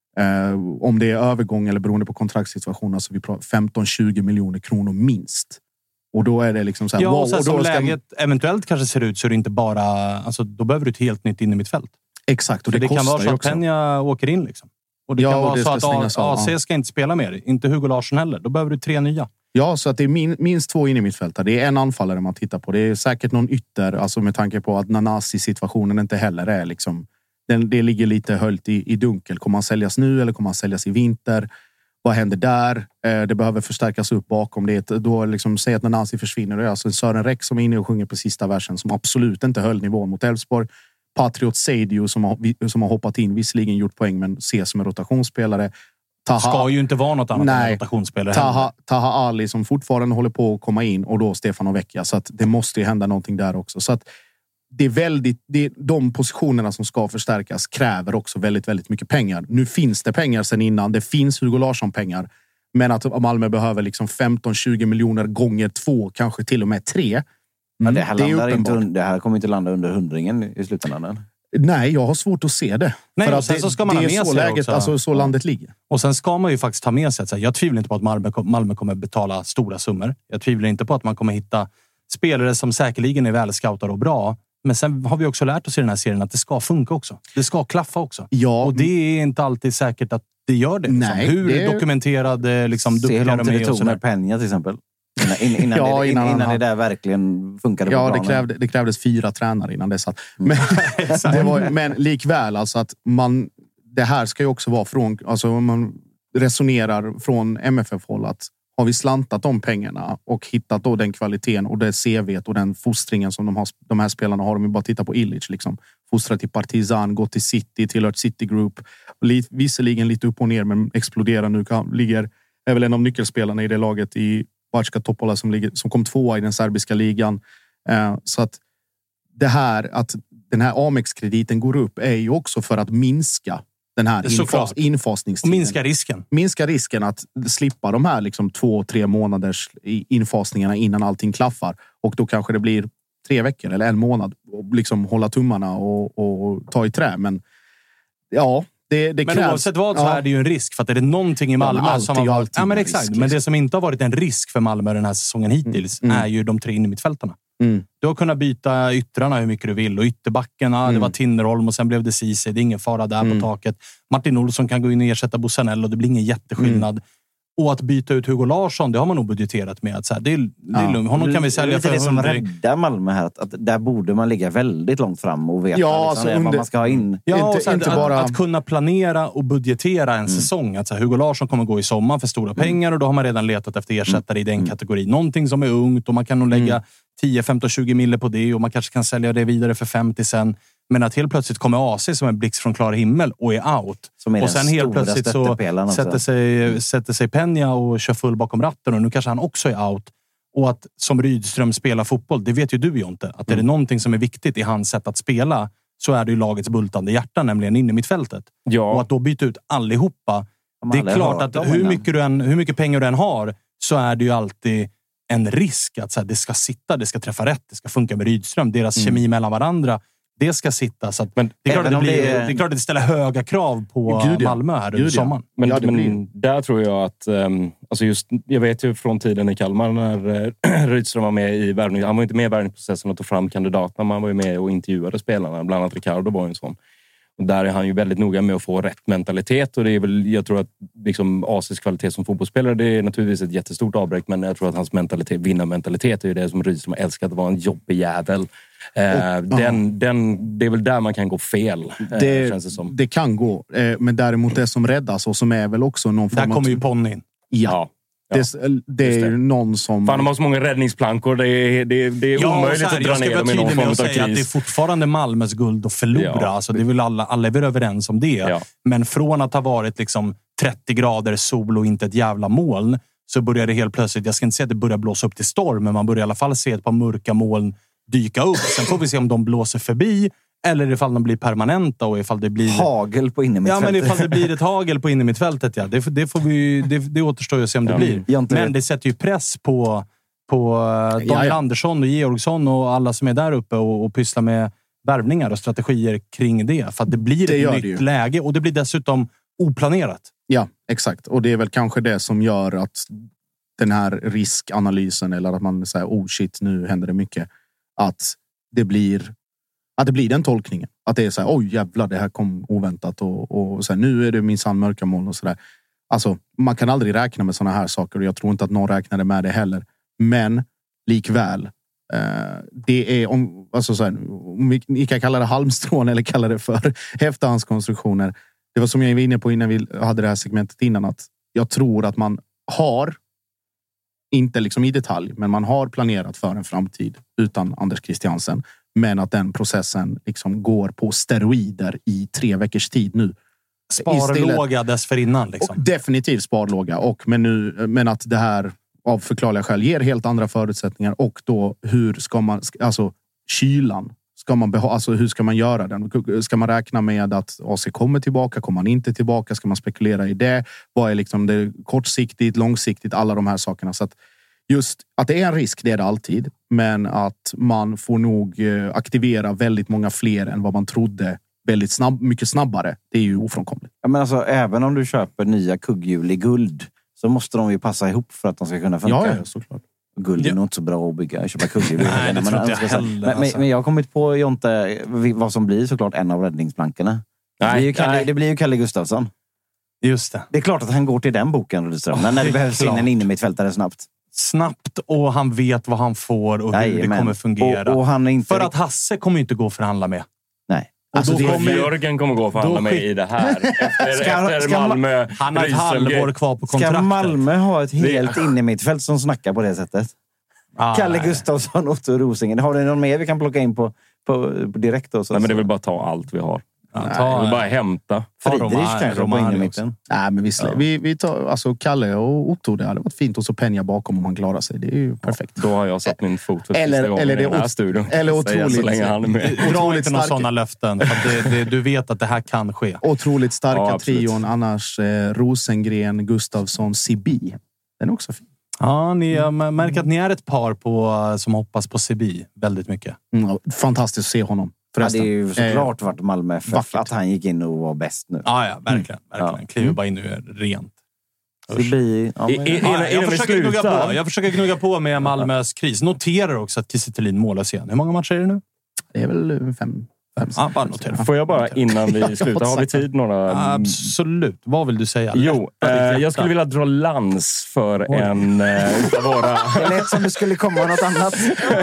om det är övergång eller beroende på kontraktssituationen, så vi pratar 15-20 miljoner kronor minst. Och då är det liksom så här... Ja, och sen som läget eventuellt kanske ser ut så är det inte bara... Alltså, då behöver du ett helt nytt in i mitt fält. Exakt, och det kostar ju också. Det kan vara så att Penja åker in liksom. Och det kan vara så att AC ska inte spela mer. Inte Hugo Larsson heller. Då behöver du 3 nya. Ja, så att det är minst 2 in i mittfältare. Det är en anfallare man tittar på. Det är säkert någon ytter, alltså med tanke på att Nanasi-situationen inte heller är liksom... Det ligger lite höljt i dunkel. Kommer han säljas nu eller kommer han säljas i vinter? Vad händer där? Det behöver förstärkas upp bakom det. Då liksom säg att Nanasi försvinner. Det är alltså Sören Räck som är inne och sjunger på sista versen, som absolut inte höll nivån mot Elfsborg. Patriot Seidio som har hoppat in, visserligen gjort poäng, men ses som en rotationsspelare. Ska ju inte vara något annat än rotationsspelare. Taha Ali som fortfarande håller på att komma in, och då Stefan Ovecchia. Så att det måste ju hända någonting där också. Så att de positionerna som ska förstärkas kräver också väldigt, väldigt mycket pengar. Nu finns det pengar sedan innan. Det finns Hugo Larsson-pengar. Men att Malmö behöver liksom 15-20 miljoner gånger 2, kanske till och med 3. Ja, det här kommer inte landa under 100-ringen i slutändan. Nej, jag har svårt att se det. Nej, för och sen så ska man ha med så sig läget, också. alltså så landet ligger. Och sen ska man ju faktiskt ta med sig att jag tvivlar inte på att Malmö kommer betala stora summor. Jag tvivlar inte på att man kommer hitta spelare som säkerligen är välscoutade och bra. Men sen har vi också lärt oss i den här serien att det ska funka också. Det ska klaffa också. Ja. Och det är inte alltid säkert att det gör det. Nej, hur dokumenterad liksom, se hur långt det tog med Penja till exempel. Innan det där verkligen funkade bra. Ja, det krävdes 4 tränare innan det satt. Men likväl, alltså att det här ska ju också vara från, alltså om man resonerar från MFF-håll, att har vi slantat de pengarna och hittat då den kvaliteten och det CV:t och den fostringen som de här spelarna har. Om vi bara tittar på Ilic, liksom. Fostrat till Partizan, gått till City, tillhört City Group. Visserligen lite upp och ner, men exploderar nu. Är väl en av nyckelspelarna i det laget i Vacka Topola som kom 2 i den serbiska ligan. Så att det här, att den här Amex-krediten går upp är ju också för att minska den här infasningstiden. Och minska risken att slippa de här liksom 2-3 månaders infasningarna innan allting klaffar. Och då kanske det blir 3 veckor eller 1 månad och liksom hålla tummarna och ta i trä. Men ja, det krävs. Men oavsett vad så är det ju en risk, för att är det någonting i Malmö som har varit... Ja, men exakt. Risk, men det som inte har varit en risk för Malmö den här säsongen hittills är ju de 3 in i mittfältarna. Du har kunnat byta yttrarna hur mycket du vill. Och ytterbackarna, det var Tinnerholm och sen blev det Ceesay. Det är ingen fara där på taket. Martin Olsson kan gå in och ersätta Bussanello och det blir ingen jätteskillnad. Och att byta ut Hugo Larsson, det har man nog budgeterat med. Att så här, det är lugnt. Honom kan vi sälja för 100. Det som räddar Malmö här, att där borde man ligga väldigt långt fram och veta vad man ska ha in. Ja, inte bara att kunna planera och budgetera en säsong. Att så här, Hugo Larsson kommer gå i sommar för stora pengar och då har man redan letat efter ersättare i den kategorin. Någonting som är ungt och man kan nog lägga 10, 15, 20 mille på det och man kanske kan sälja det vidare för 50 sen. Men att helt plötsligt kommer AC som en blixt från klar himmel och är out. Och sen helt plötsligt så sätter sig Peña och kör full bakom ratten och nu kanske han också är out. Och att som Rydström spelar fotboll, det vet ju du ju inte. Att är det någonting som är viktigt i hans sätt att spela så är det ju lagets bultande hjärta, nämligen inne i mittfältet. Ja. Och att då byta ut allihopa. Det är klart att hur mycket pengar du än har så är det ju alltid en risk att så här, det ska sitta, det ska träffa rätt, det ska funka med Rydström. Deras kemi mellan varandra, det ska sitta. Så att, men det är klart att det ställer höga krav på Malmö här under sommaren. Men där tror jag att alltså just, jag vet ju från tiden i Kalmar när Rydström var med i värvning. Han var inte med i värvningsprocessen och tog fram kandidaterna, men han var ju med och intervjuade spelarna. Bland annat Ricardo var en sån. Och där är han ju väldigt noga med att få rätt mentalitet. Och det är väl, jag tror att liksom ACs kvalitet som fotbollsspelare, det är naturligtvis ett jättestort avbräck. Men jag tror att hans vinnarmentalitet är ju det som Rydström älskar, att vara en jobbig jävel. Det är väl där man kan gå fel. Känns det som. Det kan gå. Men däremot det som räddas och som är väl också någon form av... Där kommer ju ponnyn. Ja. Det är ju någon som... Fan, de har så många räddningsplankor. Det är omöjligt att dra ner dem i någon form av kris. Att det är fortfarande Malmös guld att förlora. Ja, alltså, det är väl alla är väl överens om det. Ja. Men från att ha varit liksom 30 grader sol och inte ett jävla moln så börjar det helt plötsligt, jag ska inte säga att det börjar blåsa upp till storm, men man börjar i alla fall se ett par mörka moln dyka upp. Sen får vi se om de blåser förbi eller ifall de blir permanenta och ifall det blir... Hagel på innermittfältet. Ja, men ifall det blir ett hagel på innermittfältet, ja. Det återstår ju att se om det blir. Men det sätter ju press på Daniel Andersson och Georgsson och alla som är där uppe och pysslar med värvningar och strategier kring det. För att det blir ett nytt läge och det blir dessutom oplanerat. Ja, exakt. Och det är väl kanske det som gör att den här riskanalysen eller att man säger, oh shit, nu händer det mycket. Att det blir den tolkningen. Att det är så här, oj jävlar, det här kom oväntat och så här, nu är det minsann mörka moln och sådär. Alltså, man kan aldrig räkna med såna här saker och jag tror inte att någon räknade med det heller. Men likväl, det är om vi kan kalla det halmstrån eller kalla det för efterhandskonstruktioner. Det var som jag var inne på innan vi hade det här segmentet innan, att jag tror att man har, inte liksom i detalj, men man har planerat för en framtid utan Anders Christiansen. Men att den processen liksom går på steroider i 3 veckors tid nu. Sparlåga dessförinnan. Liksom. Definitivt sparlåga. Men att det här av förklarliga skäl ger helt andra förutsättningar. Och då hur ska man... Alltså kylan. Hur ska man göra den? Ska man räkna med att AC kommer tillbaka? Kommer man inte tillbaka? Ska man spekulera i det? Vad är liksom det kortsiktigt, långsiktigt? Alla de här sakerna. Så att just att det är en risk, det är det alltid. Men att man får nog aktivera väldigt många fler än vad man trodde mycket snabbare. Det är ju ofrånkomligt. Ja, men alltså, även om du köper nya kugghjul i guld så måste de ju passa ihop för att de ska kunna funka. Ja, såklart. Guld är nog inte så bra att bygga. Köpa kugghjul. Nej, det tror inte jag heller. Men jag har kommit på, Jonte, vad som blir såklart en av räddningsplankorna. Det blir ju Kalle Gustafsson. Just det. Det är klart att han går till den boken, Rydström. Men när det behövs in en innermittfältare snabbt och han vet vad han får och hur det kommer fungera. Och han är inte... För att Hasse kommer inte gå att förhandla med. Nej. Alltså Jörgen kommer gå och förhandla med i det här. Efter Malmö. Han har ett halvår kvar på kontraktet. Ska Malmö ha ett helt innermittfält som snackar på det sättet? Kalle Gustafsson och Otto Rosingen. Har du någon mer vi kan plocka in på direkt? Då, Nej, men det är väl bara ta allt vi har. Ja, vi bara hämta. Friedrich kanske på innermitten. Nej, men vi tar alltså Kalle och Otto. Det hade varit fint och så Peña bakom om han klarar sig. Det är ju perfekt. Då har jag satt min fot för sista gången i den här studion. Eller otroligt. Så länge han är med. Dra inte några sådana löften. För du vet att det här kan ske. Otroligt starka trion. Annars Rosengren, Gustafsson, Sibi. Den är också fin. Ja, jag märker att ni är ett par som hoppas på Sibi väldigt mycket. Fantastiskt att se honom. Ja, det är ju såklart varit Malmö FF att han gick in och var bäst nu. Ja, verkligen. Kliver bara in nu rent. Jag försöker gnugga på med Malmös kris. Noterar också att Kiese Thelin målas igen. Hur många matcher är det nu? Det är väl Får jag bara innan vi slutar, har vi tid några... Absolut. Vad vill du säga? Jo, jag skulle vilja dra lans för en utav våra... Det lät som det skulle komma något annat.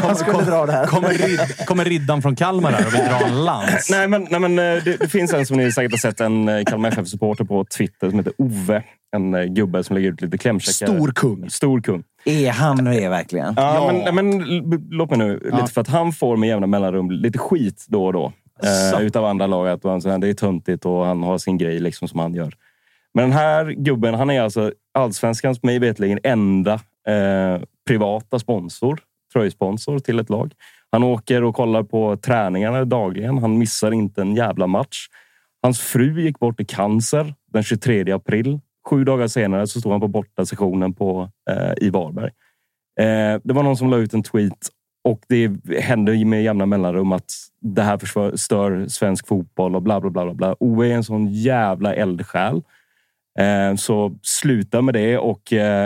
Kommer riddan från Kalmar här och vill dra en lans? Nej, men det finns en som ni säkert har sett, en Kalmar FF-supporter på Twitter som heter Ove. En gubbe som lägger ut lite klämcheckar. Stor kung. Är han det verkligen? Ja, men låt mig nu. Lite för att han får med jävna mellanrum lite skit då och då. Utav andra laget. Och det är töntigt och han har sin grej liksom som han gör. Men den här gubben, han är alltså allsvenskans mig vetligen enda privata tröjsponsor till ett lag. Han åker och kollar på träningarna dagligen. Han missar inte en jävla match. Hans fru gick bort i cancer den 23 april. 7 dagar senare så stod han på borta sessionen i Varberg. Det var någon som la ut en tweet och det hände med jämna mellanrum att det här stör svensk fotboll och bla bla bla bla. Ove är en sån jävla eldsjäl. Så sluta med det och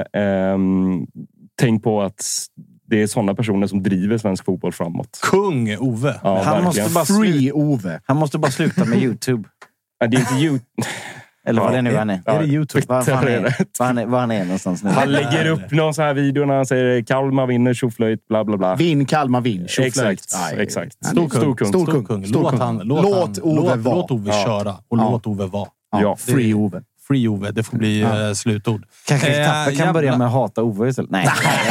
tänk på att det är sådana personer som driver svensk fotboll framåt. Kung Ove. Ja, han måste bara sluta med YouTube. Ja, det är inte YouTube. Eller vad det nu han är. Är det YouTube? Var han är någonstans nu. Han lägger upp någon sån här video när han säger Kalmar vinner, tjoflöjt, bla bla bla. Vinn, Kalmar vinn, tjoflöjt. Exakt. Stor kung. Låt Ove köra och låt Ove vara. Ja, free Ove. Free Ove, det får bli slutord. Kanske Tapper kan börja med att hata Ove istället. Nej.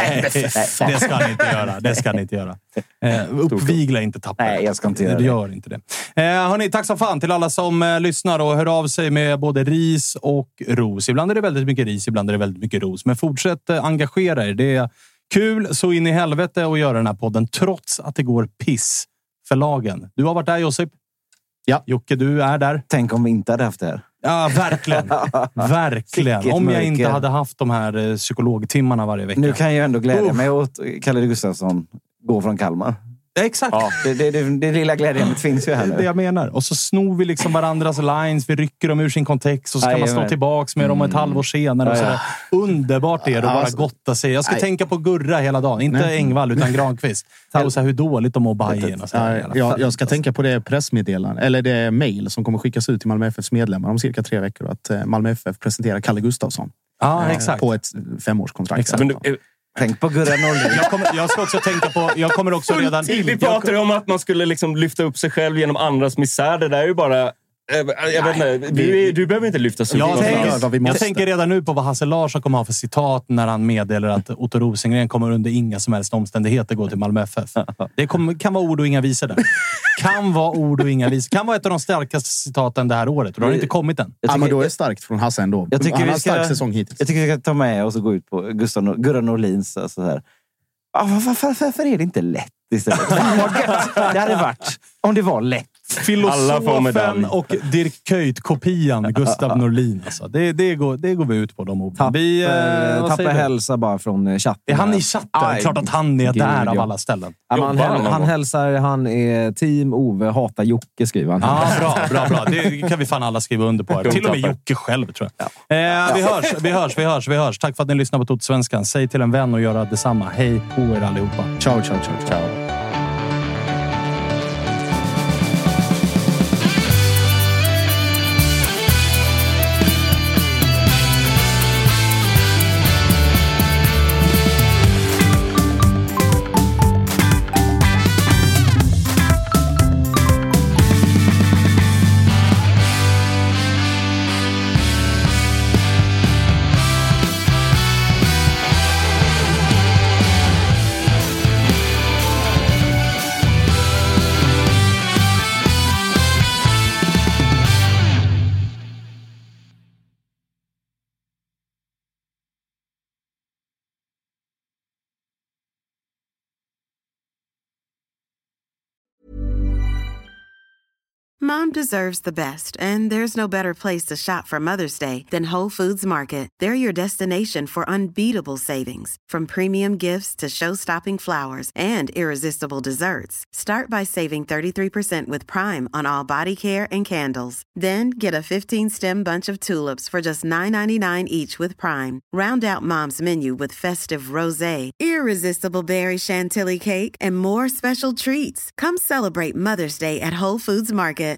Det ska ni inte göra. Uppvigla inte Tapper. Nej, jag ska inte göra det. Gör inte det. Hörrni, tack så fan till alla som lyssnar och hör av sig med både ris och ros. Ibland är det väldigt mycket ris, ibland är det väldigt mycket ros. Men fortsätt engagera er. Det är kul så in i helvete att göra den här podden trots att det går piss för lagen. Du har varit där, Josip. Ja. Jocke, du är där. Tänk om vi inte hade haft det här. Ja, verkligen. Verkligen. Om jag inte hade haft de här psykologtimmarna varje vecka. Nu kan jag ändå glädja mig åt Kalle Gustafsson gå från Kalmar. Exakt. Ja, det lilla glädjeämnet finns ju här nu. Det jag menar. Och så snor vi liksom varandras lines. Vi rycker dem ur sin kontext. Och så kan man slå tillbaks med dem ett halvår senare. Och sådär. Underbart är det att bara gotta sig. Jag ska tänka på Gurra hela dagen. Inte Engvall utan Granqvist. Och så här, hur dåligt de mår Bajen. Jag ska tänka på det pressmeddelande. Eller det mejl som kommer skickas ut till Malmö FFs medlemmar om cirka 3 veckor. Att Malmö FF presenterar Kalle Gustafsson. Exakt. På ett 5-årskontrakt. Exakt. Tänk på Gurra Norlin. Jag ska också tänka på... Jag kommer också redan... Vi pratade om att man skulle liksom lyfta upp sig själv genom andras misär. Det där är ju bara... Jag vet inte, du behöver inte lyfta sig. Jag tänker redan nu på vad Hasse Larsson kommer ha för citat när han meddelar att Otto Rosengren kommer under inga som helst omständigheter gå till Malmö FF. Det kan vara ord och inga visor där. Kan vara ord och inga visor. Kan vara ett av de starkaste citaten det här året. Det har inte kommit än. Men då är det starkt från Hasse ändå. Han har en stark säsong hittills. Jag tycker vi ska ta med oss och gå ut på Gurra Norlins. Alltså här. Varför är det inte lätt istället? Det hade varit om det var lätt. Filosofen och Dirk Kuyt-kopian Gustav Norlin. Alltså. Det går vi ut på de orden. Tappa hälsa bara från chatten. Är han i chatten? Klart att han är där av alla ställen. Han hälsar, han är team Ove, hatar Jocke, skriver han. Bra. Det kan vi fan alla skriva under på. Till och med Jocke själv, tror jag. Vi hörs. Tack för att ni lyssnar på Toto-svenskan. Säg till en vän och göra detsamma. Hej på er allihopa. Ciao. Mom deserves the best, and there's no better place to shop for Mother's Day than Whole Foods Market. They're your destination for unbeatable savings, from premium gifts to show-stopping flowers and irresistible desserts. Start by saving 33% with Prime on all body care and candles. Then get a 15-stem bunch of tulips for just $9.99 each with Prime. Round out Mom's menu with festive rosé, irresistible berry chantilly cake, and more special treats. Come celebrate Mother's Day at Whole Foods Market.